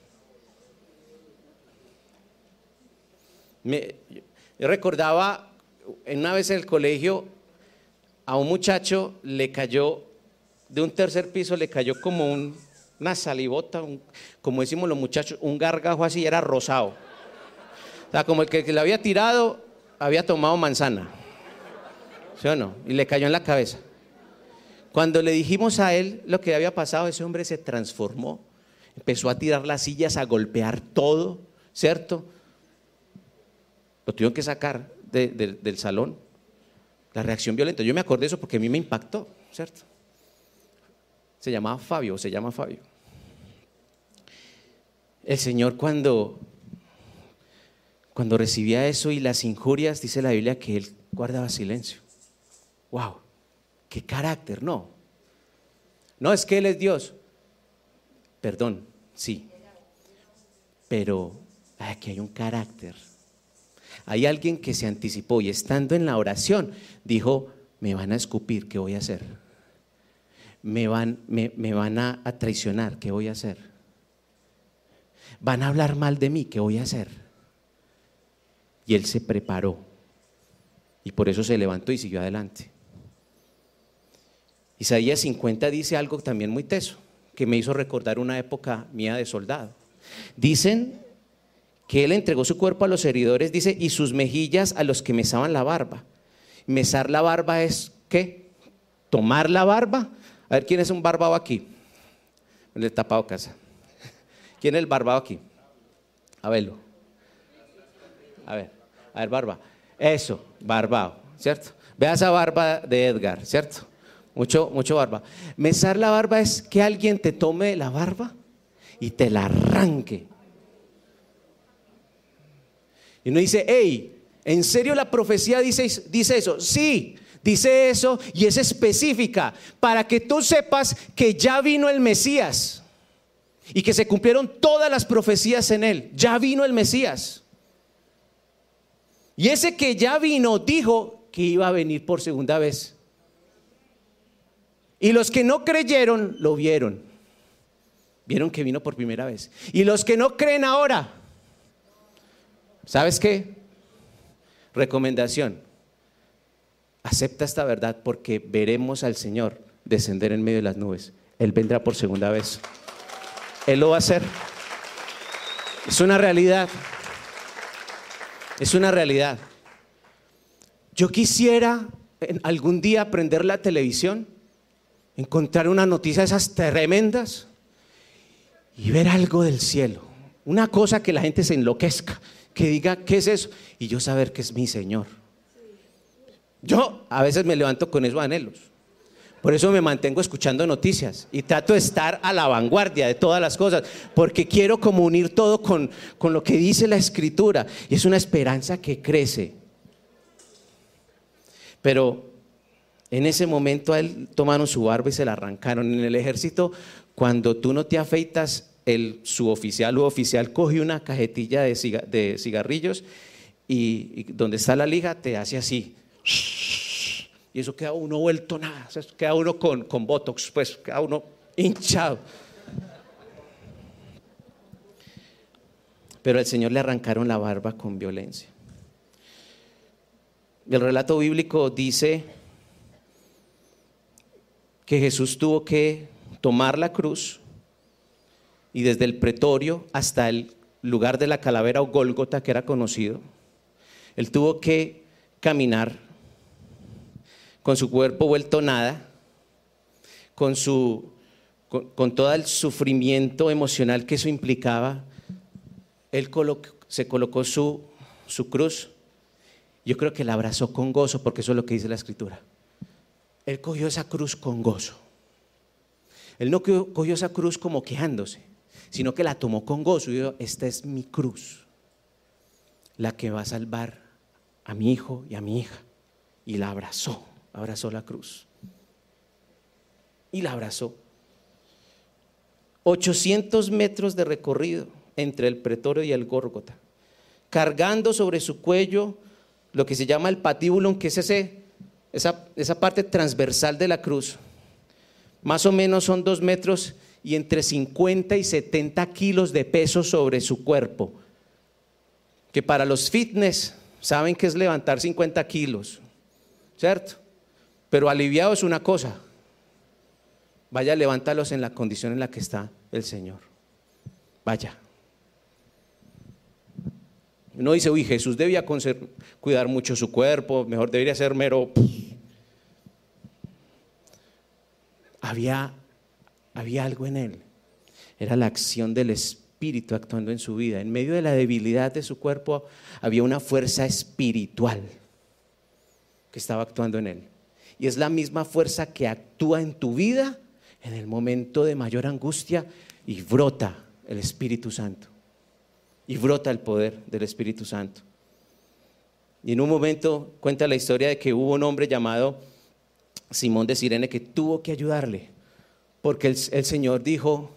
Me, yo recordaba una vez en el colegio a un muchacho le cayó de un tercer piso, le cayó como un, una salivota, un, como decimos los muchachos, un gargajo así, era rosado. O sea, como el que, que le había tirado había tomado manzana, ¿sí o no? Y le cayó en la cabeza. Cuando le dijimos a él lo que había pasado, ese hombre se transformó, empezó a tirar las sillas, a golpear todo, ¿cierto? Lo tuvieron que sacar de, de, del salón. La reacción violenta, yo me acordé de eso porque a mí me impactó, ¿cierto? Se llamaba Fabio, se llama Fabio. El Señor cuando, cuando recibía eso y las injurias, dice la Biblia que Él guardaba silencio. ¡Wow! ¡Qué carácter! No, no es que Él es Dios. Perdón, sí. Pero aquí hay un carácter. Hay alguien que se anticipó y estando en la oración dijo, me van a escupir, ¿qué voy a hacer? Me van, me, me van a, a traicionar, ¿qué voy a hacer? Van a hablar mal de mí, ¿qué voy a hacer? Y él se preparó y por eso se levantó y siguió adelante. Isaías cincuenta dice algo también muy teso que me hizo recordar una época mía de soldado. Dicen que él entregó su cuerpo a los heridores, dice, y sus mejillas a los que mesaban la barba. Mesar la barba es, ¿qué? Tomar la barba. A ver, ¿quién es un barbado aquí? El tapado casa. ¿Quién es el barbado aquí? A verlo. A ver, a ver, barba. Eso, barbado, ¿cierto? Vea esa barba de Edgar, ¿cierto? Mucho, mucho barba. Mesar la barba es que alguien te tome la barba y te la arranque. Y uno dice, hey, ¿en serio la profecía dice, dice eso? Sí, dice eso y es específica para que tú sepas que ya vino el Mesías y que se cumplieron todas las profecías en él. Ya vino el Mesías. Y ese que ya vino dijo que iba a venir por segunda vez. Y los que no creyeron lo vieron. Vieron que vino por primera vez. Y los que no creen ahora, ¿sabes qué? Recomendación: acepta esta verdad porque veremos al Señor descender en medio de las nubes. Él vendrá por segunda vez. Él lo va a hacer. Es una realidad. Es una realidad. Yo quisiera algún día prender la televisión, encontrar una noticia de esas tremendas y ver algo del cielo. Una cosa que la gente se enloquezca, que diga, ¿qué es eso? Y yo saber que es mi Señor. Yo a veces me levanto con esos anhelos, Por eso me mantengo escuchando noticias y trato de estar a la vanguardia de todas las cosas, porque quiero como unir todo con, con lo que dice la Escritura, y es una esperanza que crece. Pero en ese momento a él tomaron su barba y se la arrancaron. En el ejército, cuando tú no te afeitas, el suboficial u oficial coge una cajetilla de, ciga, de cigarrillos y, y donde está la lija te hace así. Y eso queda uno vuelto nada, o sea, queda uno con, con botox, pues queda uno hinchado. Pero al Señor le arrancaron la barba con violencia. El relato bíblico dice que Jesús tuvo que tomar la cruz y desde el pretorio hasta el lugar de la calavera o Gólgota, que era conocido, él tuvo que caminar con su cuerpo vuelto nada, con, su, con, con todo el sufrimiento emocional que eso implicaba. Él colocó, se colocó su, su cruz. Yo creo que la abrazó con gozo, porque eso es lo que dice la Escritura. Él cogió esa cruz con gozo. Él no cogió esa cruz como quejándose, sino que la tomó con gozo y dijo: esta es mi cruz, la que va a salvar a mi hijo y a mi hija. Y la abrazó, abrazó la cruz. Y la abrazó. ochocientos metros de recorrido entre el pretorio y el Gólgota, cargando sobre su cuello lo que se llama el patíbulum, que es ese, esa, esa parte transversal de la cruz. Más o menos son dos metros y entre cincuenta y setenta kilos de peso sobre su cuerpo, que para los fitness saben que es levantar cincuenta kilos, ¿cierto? Pero aliviado es una cosa. Vaya, levántalos en la condición en la que está el Señor. Vaya. Uno dice: uy, Jesús debía cuidar mucho su cuerpo, mejor debería ser mero. Había, había algo en él. Era la acción del Espíritu actuando en su vida. En medio de la debilidad de su cuerpo había una fuerza espiritual que estaba actuando en él. Y es la misma fuerza que actúa en tu vida en el momento de mayor angustia, y brota el Espíritu Santo. Y brota el poder del Espíritu Santo. Y en un momento cuenta la historia de que hubo un hombre llamado Simón de Cirene que tuvo que ayudarle, porque el, el Señor dijo: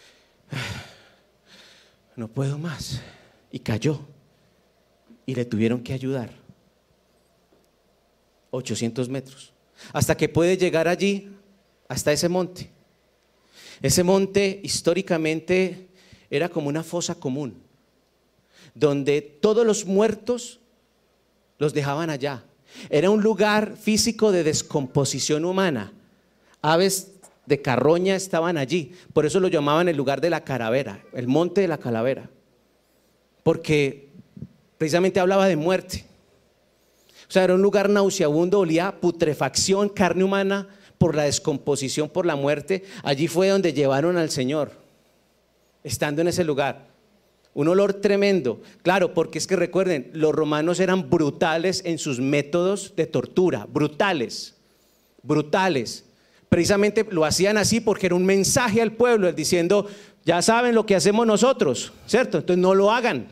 no puedo más, y cayó, y le tuvieron que ayudar. ochocientos metros, hasta que puede llegar allí, hasta ese monte. Ese monte históricamente era como una fosa común, donde todos los muertos los dejaban allá. Era un lugar físico de descomposición humana. Aves de carroña estaban allí, por eso lo llamaban el lugar de la calavera, el monte de la calavera, porque precisamente hablaba de muerte. O sea, era un lugar nauseabundo, olía a putrefacción, carne humana, por la descomposición, por la muerte. Allí fue donde llevaron al Señor, estando en ese lugar. Un olor tremendo, claro, porque es que recuerden, los romanos eran brutales en sus métodos de tortura, brutales, brutales. Precisamente lo hacían así porque era un mensaje al pueblo, diciendo: ya saben lo que hacemos nosotros, ¿cierto? Entonces no lo hagan.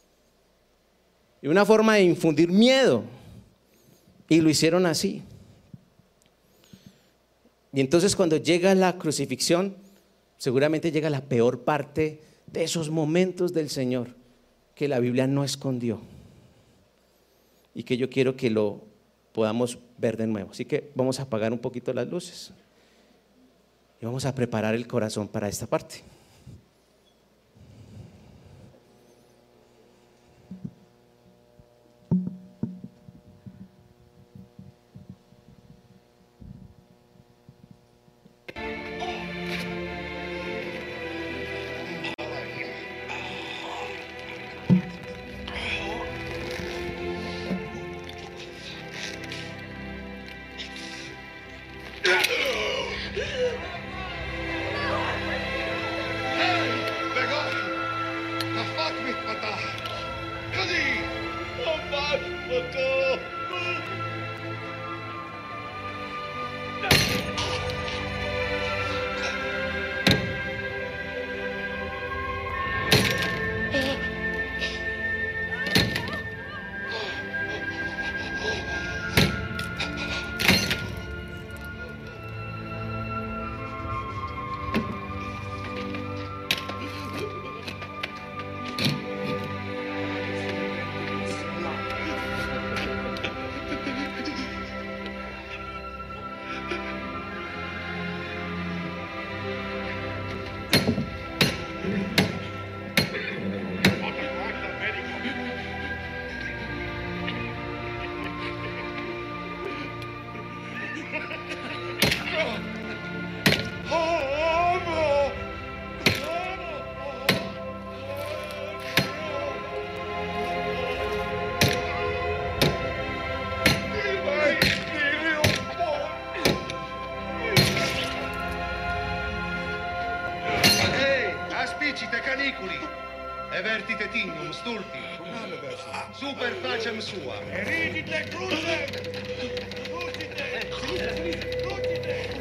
Y una forma de infundir miedo. Y lo hicieron así. Y entonces cuando llega la crucifixión, seguramente llega la peor parte de esos momentos del Señor que la Biblia no escondió y que yo quiero que lo podamos ver de nuevo. Así que vamos a apagar un poquito las luces y vamos a preparar el corazón para esta parte. Evertite tignum stulti. Super facem sua. Eridite crucem. Crucite. Crucite.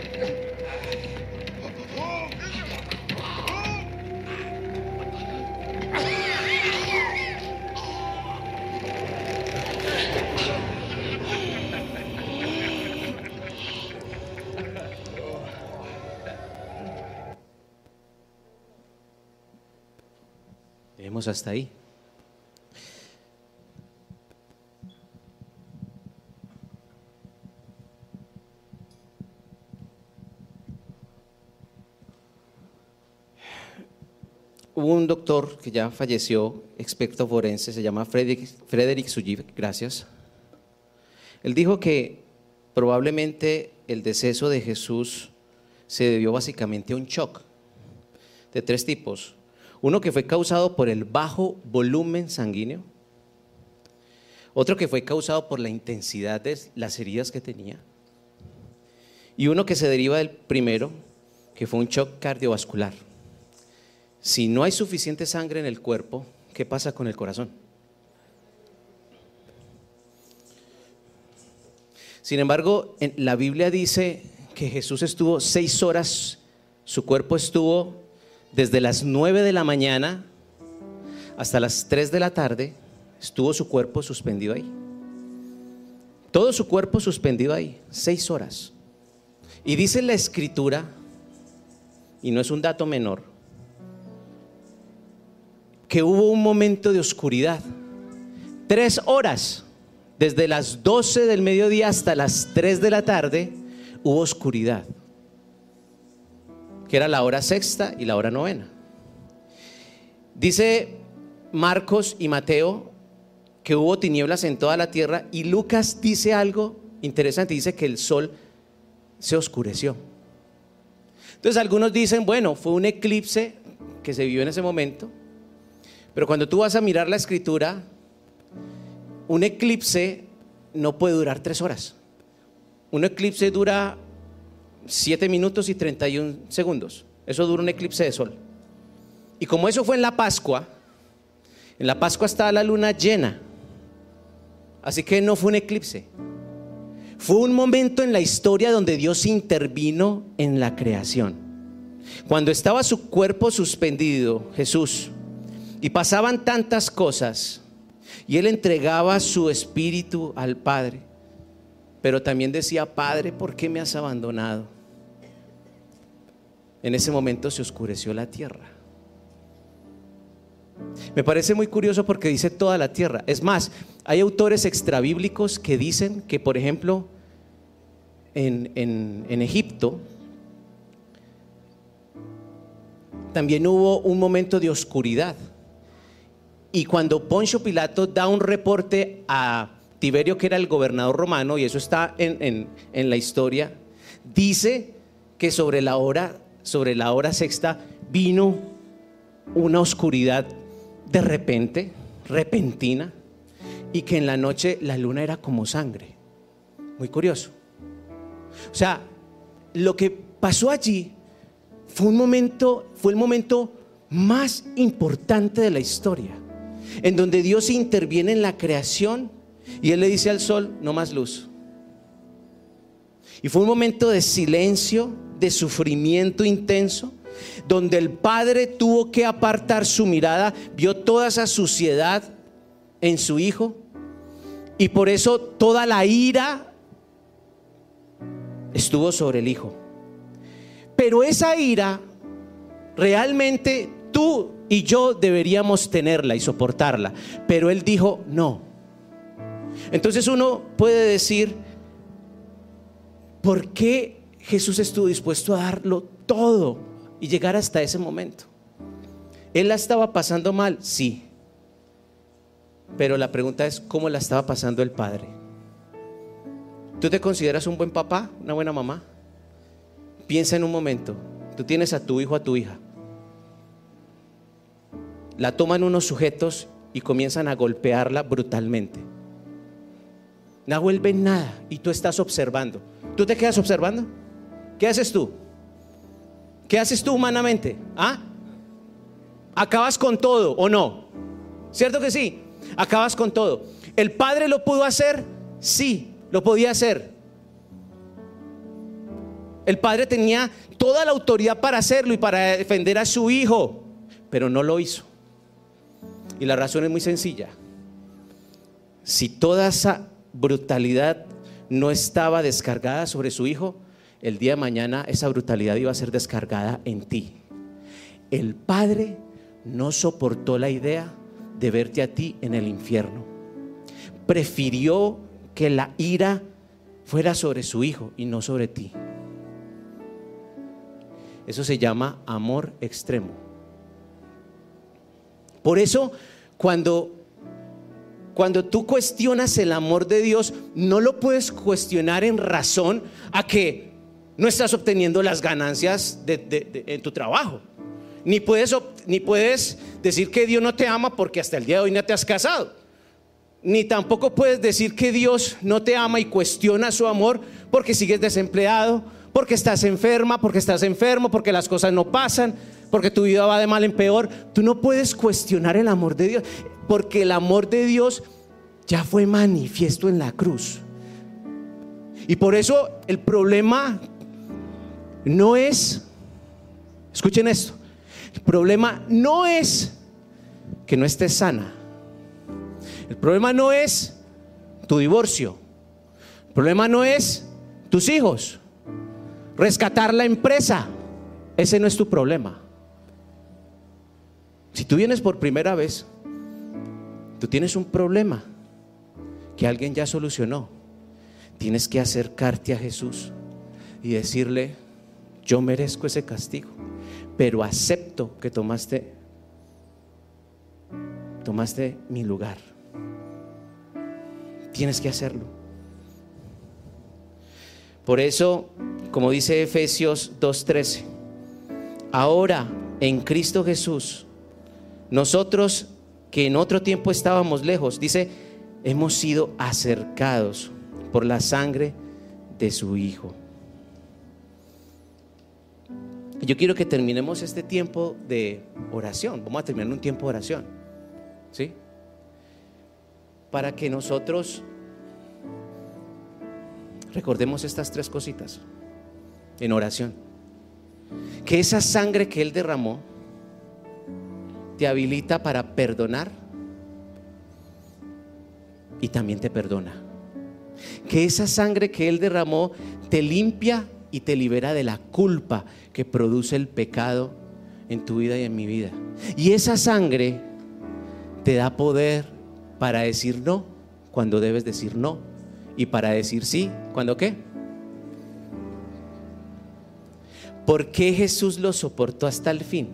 Dejemos hasta ahí. Hubo un doctor que ya falleció, experto forense, se llama Frederick, Frederick Sugiv, gracias. Él dijo que probablemente el deceso de Jesús se debió básicamente a un shock de tres tipos. Uno que fue causado por el bajo volumen sanguíneo, otro que fue causado por la intensidad de las heridas que tenía, y uno que se deriva del primero, que fue un shock cardiovascular. Si no hay suficiente sangre en el cuerpo, ¿qué pasa con el corazón? Sin embargo, en la Biblia dice que Jesús estuvo seis horas, su cuerpo estuvo desde las nueve de la mañana hasta las tres de la tarde, estuvo su cuerpo suspendido ahí. Todo su cuerpo suspendido ahí, seis horas. Y dice la Escritura, y no es un dato menor, que hubo un momento de oscuridad, tres horas, desde las doce del mediodía hasta las tres de la tarde, hubo oscuridad, que era la hora sexta y la hora novena. Dice Marcos y Mateo que hubo tinieblas en toda la tierra, y Lucas dice algo interesante, dice que el sol se oscureció. Entonces algunos dicen, bueno, fue un eclipse que se vivió en ese momento. Pero cuando tú vas a mirar la Escritura, un eclipse no puede durar tres horas. Un eclipse dura siete minutos y treinta y un segundos. Eso dura un eclipse de sol. Y como eso fue en la Pascua, en la Pascua estaba la luna llena. Así que no fue un eclipse. Fue un momento en la historia donde Dios intervino en la creación. Cuando estaba su cuerpo suspendido, Jesús, y pasaban tantas cosas, y Él entregaba su espíritu al Padre, pero también decía, Padre, ¿por qué me has abandonado? En ese momento se oscureció la tierra. Me parece muy curioso porque dice toda la tierra. Es más, hay autores extrabíblicos que dicen que, por ejemplo, en, en, en Egipto también hubo un momento de oscuridad. Y cuando Poncio Pilato da un reporte a Tiberio, que era el gobernador romano, y eso está en, en, en la historia, dice que sobre la hora, sobre la hora sexta vino una oscuridad de repente, repentina, y que en la noche la luna era como sangre. Muy curioso. O sea, lo que pasó allí fue un momento, fue el momento más importante de la historia, en donde Dios interviene en la creación y Él le dice al sol, no más luz. Y fue un momento de silencio, de sufrimiento intenso, donde el Padre tuvo que apartar su mirada, vio toda esa suciedad en su Hijo, y por eso toda la ira estuvo sobre el Hijo. Pero esa ira realmente tú y yo deberíamos tenerla y soportarla, pero Él dijo no. Entonces uno puede decir, ¿por qué Jesús estuvo dispuesto a darlo todo y llegar hasta ese momento? ¿Él la estaba pasando mal? Sí. Pero la pregunta es, ¿cómo la estaba pasando el Padre? ¿Tú te consideras un buen papá, una buena mamá? Piensa en un momento, tú tienes a tu hijo, a tu hija, la toman unos sujetos y comienzan a golpearla brutalmente. No vuelven nada y tú estás observando. ¿Tú te quedas observando? ¿Qué haces tú? ¿Qué haces tú humanamente? ¿Ah? acabas con todo, ¿o no? ¿Cierto que sí? Acabas con todo. ¿El padre lo pudo hacer? Sí, lo podía hacer. El padre tenía toda la autoridad para hacerlo y para defender a su hijo, pero no lo hizo. Y la razón es muy sencilla. Si toda esa brutalidad no estaba descargada sobre su hijo, el día de mañana esa brutalidad iba a ser descargada en ti. El padre no soportó la idea de verte a ti en el infierno. Prefirió que la ira fuera sobre su hijo y no sobre ti. Eso se llama amor extremo. Por eso, cuando, cuando tú cuestionas el amor de Dios, no lo puedes cuestionar en razón a que no estás obteniendo las ganancias de, de, de, en tu trabajo. Ni puedes, ni puedes decir que Dios no te ama porque hasta el día de hoy no te has casado. Ni tampoco puedes decir que Dios no te ama y cuestiona su amor porque sigues desempleado, porque estás enferma, porque estás enfermo, porque las cosas no pasan, porque tu vida va de mal en peor. Tú no puedes cuestionar el amor de Dios, porque el amor de Dios ya fue manifiesto en la cruz. Y por eso el problema no es, escuchen esto, el problema no es que no estés sana. El problema no es tu divorcio. El problema no es tus hijos. Rescatar la empresa, ese no es tu problema. Si tú vienes por primera vez, tú tienes un problema que alguien ya solucionó. Tienes que acercarte a Jesús y decirle: yo merezco ese castigo, pero acepto que tomaste tomaste mi lugar. Tienes que hacerlo. Por eso, como dice Efesios dos trece, ahora en Cristo Jesús, nosotros que en otro tiempo estábamos lejos, dice, hemos sido acercados por la sangre de su Hijo. Yo quiero que terminemos este tiempo de oración. Vamos a terminar un tiempo de oración, ¿sí? Para que nosotros recordemos estas tres cositas en oración. Que esa sangre que Él derramó te habilita para perdonar y también te perdona. Que esa sangre que Él derramó te limpia y te libera de la culpa que produce el pecado en tu vida y en mi vida. Y esa sangre te da poder para decir no cuando debes decir no, y para decir sí cuando qué. ¿Por qué Jesús lo soportó hasta el fin?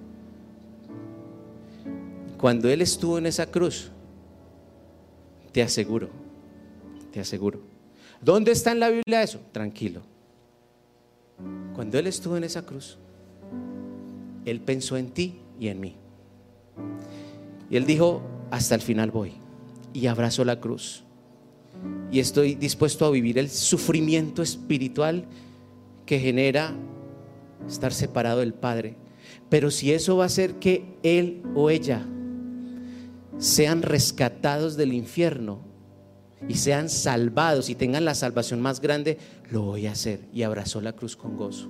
Cuando Él estuvo en esa cruz, te aseguro, te aseguro. ¿Dónde está en la Biblia eso? Tranquilo. Cuando Él estuvo en esa cruz, Él pensó en ti y en mí. Y Él dijo, hasta el final voy. Y abrazó la cruz. Y estoy dispuesto a vivir el sufrimiento espiritual que genera estar separado del Padre. Pero si eso va a hacer que él o ella sean rescatados del infierno y sean salvados y tengan la salvación más grande, lo voy a hacer. Y abrazó la cruz con gozo.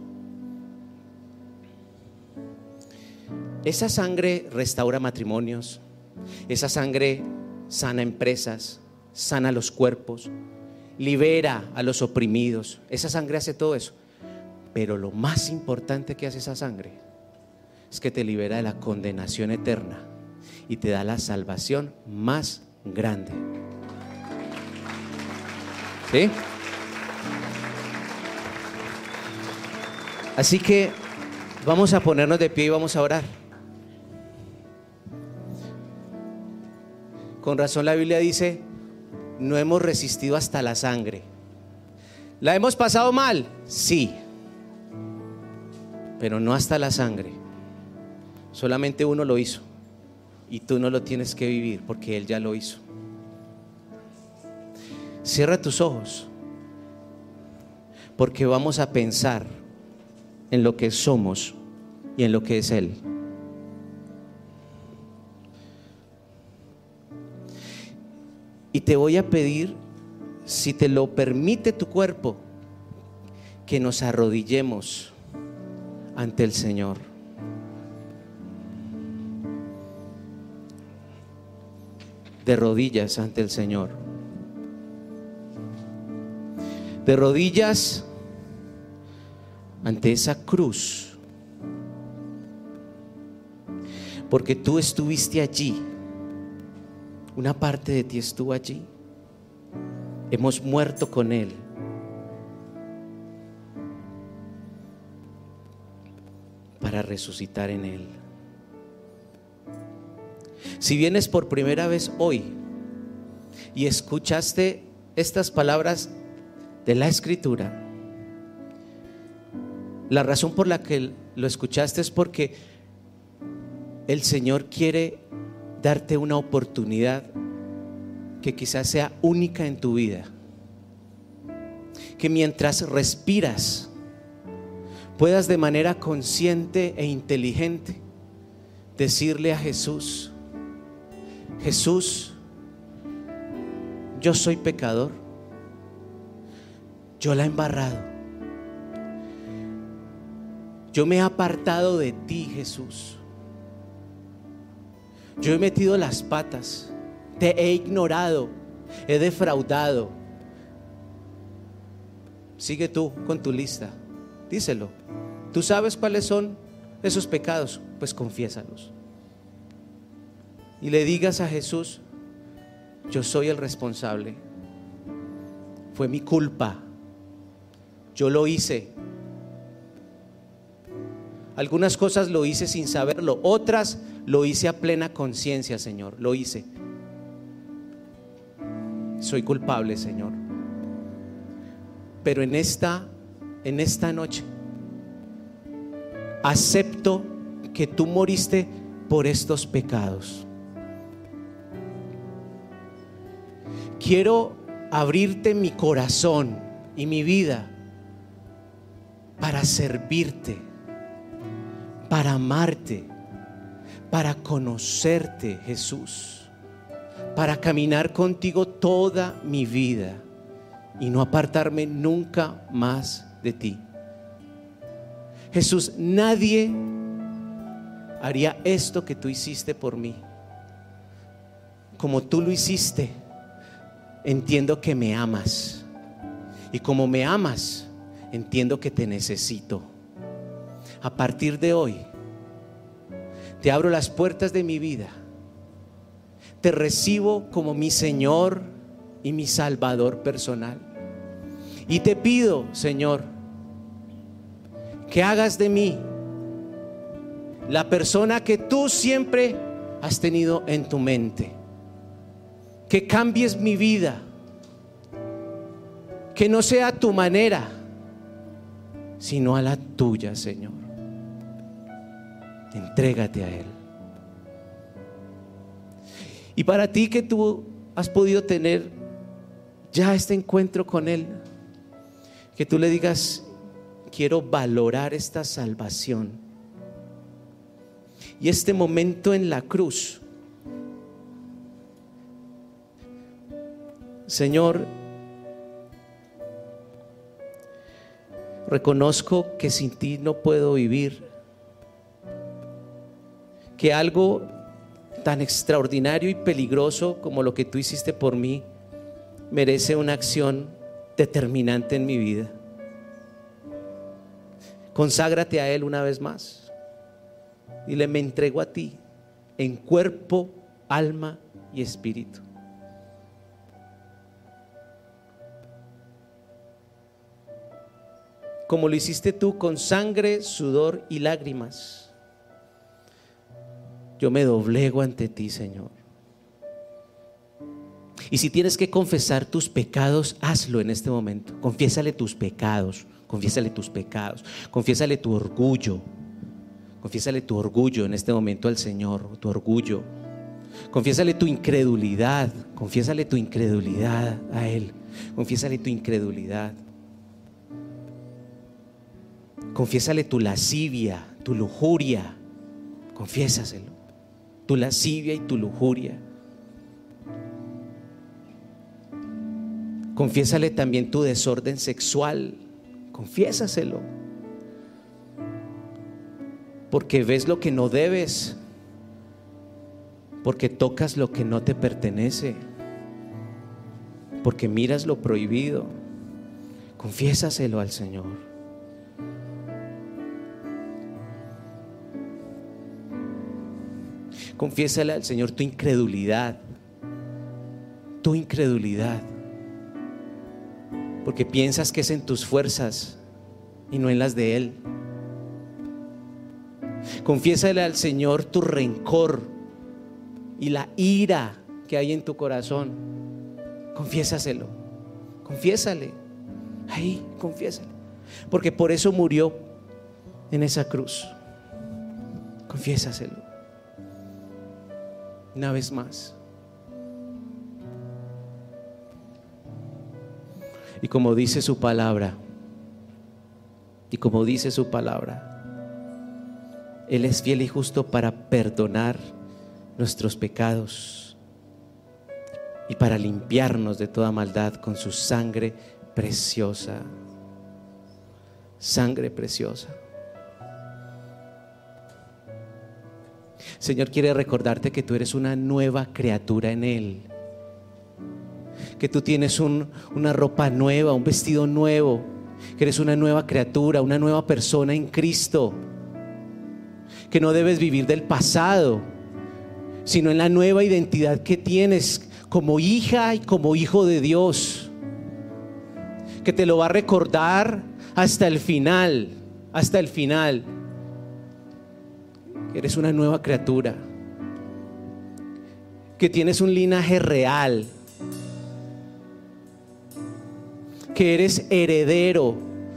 Esa sangre restaura matrimonios. Esa sangre sana empresas, sana los cuerpos, libera a los oprimidos. Esa sangre hace todo eso. Pero lo más importante que hace esa sangre es que te libera de la condenación eterna y te da la salvación más grande. ¿Sí? Así que vamos a ponernos de pie y vamos a orar. Con razón la Biblia dice, no hemos resistido hasta la sangre. ¿La hemos pasado mal? Sí, pero no hasta la sangre. Solamente uno lo hizo y tú no lo tienes que vivir porque Él ya lo hizo. Cierra tus ojos, porque vamos a pensar en lo que somos y en lo que es Él. Y te voy a pedir, si te lo permite tu cuerpo, que nos arrodillemos ante el Señor. De rodillas ante el Señor. De rodillas ante esa cruz. Porque tú estuviste allí. Una parte de ti estuvo allí. Hemos muerto con Él. Para resucitar en Él. Si vienes por primera vez hoy y escuchaste estas palabras de la Escritura, la razón por la que lo escuchaste es porque el Señor quiere darte una oportunidad que quizás sea única en tu vida. Que mientras respiras puedas de manera consciente e inteligente decirle a Jesús: Jesús, yo soy pecador, yo la he embarrado, yo me he apartado de ti, Jesús, yo he metido las patas, te he ignorado, he defraudado. Sigue tú con tu lista, díselo. ¿Tú sabes cuáles son esos pecados? Pues confiésalos. Y le digas a Jesús: yo soy el responsable, fue mi culpa, yo lo hice. Algunas cosas lo hice sin saberlo, otras lo hice a plena conciencia, Señor, lo hice. Soy culpable, Señor. Pero en esta, en esta noche acepto que tú moriste por estos pecados. Quiero abrirte mi corazón y mi vida para servirte, para amarte, para conocerte, Jesús, para caminar contigo toda mi vida y no apartarme nunca más de ti. Jesús, nadie haría esto que tú hiciste por mí. Como tú lo hiciste, entiendo que me amas. Y como me amas, entiendo que te necesito. A partir de hoy, te abro las puertas de mi vida. Te recibo como mi Señor y mi Salvador personal. Y te pido, Señor, que hagas de mí la persona que tú siempre has tenido en tu mente. Que cambies mi vida, que no sea a tu manera, sino a la tuya, Señor. Entrégate a Él. Y para ti que tú has podido tener ya este encuentro con Él, que tú le digas: quiero valorar esta salvación y este momento en la cruz. Señor, reconozco que sin ti no puedo vivir, que algo tan extraordinario y peligroso como lo que tú hiciste por mí merece una acción determinante en mi vida. Conságrate a Él una vez más. Dile: me entrego a ti en cuerpo, alma y espíritu. Como lo hiciste tú, con sangre, sudor y lágrimas, yo me doblego ante ti, Señor. Y si tienes que confesar tus pecados, hazlo en este momento. Confiésale tus pecados, confiésale tus pecados, confiésale tu orgullo, confiésale tu orgullo en este momento al Señor, tu orgullo. Confiésale tu incredulidad, confiésale tu incredulidad a Él, confiésale tu incredulidad. Confiésale tu lascivia, tu lujuria, confiésaselo, tu lascivia y tu lujuria. Confiésale también tu desorden sexual. Confiésaselo. Porque ves lo que no debes. Porque tocas lo que no te pertenece. Porque miras lo prohibido. Confiésaselo al Señor. Confiésale al Señor tu incredulidad. Tu incredulidad. Porque piensas que es en tus fuerzas y no en las de Él. Confiésale al Señor tu rencor y la ira que hay en tu corazón. Confiésaselo. Confiésale. Ahí, confiésale. Porque por eso murió en esa cruz. Confiésaselo. Una vez más. Y como dice su palabra, y como dice su palabra, Él es fiel y justo para perdonar nuestros pecados y para limpiarnos de toda maldad con su sangre preciosa. Sangre preciosa. Señor quiere recordarte que tú eres una nueva criatura en Él. Que tú tienes un, una ropa nueva, un vestido nuevo. Que eres una nueva criatura, una nueva persona en Cristo. Que no debes vivir del pasado, sino en la nueva identidad que tienes como hija y como hijo de Dios. Que te lo va a recordar hasta el final, hasta el final. Que eres una nueva criatura. Que tienes un linaje real. Que eres heredero,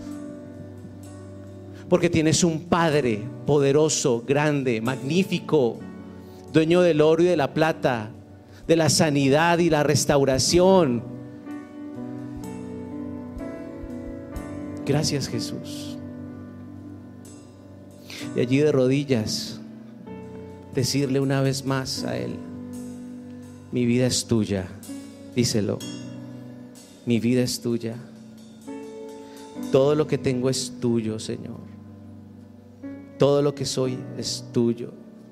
porque tienes un Padre poderoso, grande, magnífico, dueño del oro y de la plata, de la sanidad y la restauración. Gracias, Jesús. Y allí de rodillas, decirle una vez más a Él: mi vida es tuya. Díselo. Mi vida es tuya. Todo lo que tengo es tuyo, Señor. Todo lo que soy es tuyo.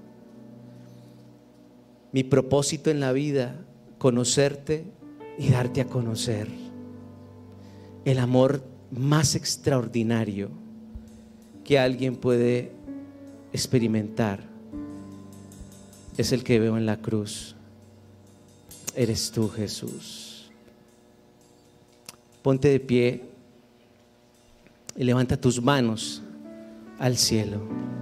Mi propósito en la vida, conocerte y darte a conocer. El amor más extraordinario que alguien puede experimentar es el que veo en la cruz. Eres tú, Jesús. Ponte de pie y levanta tus manos al cielo.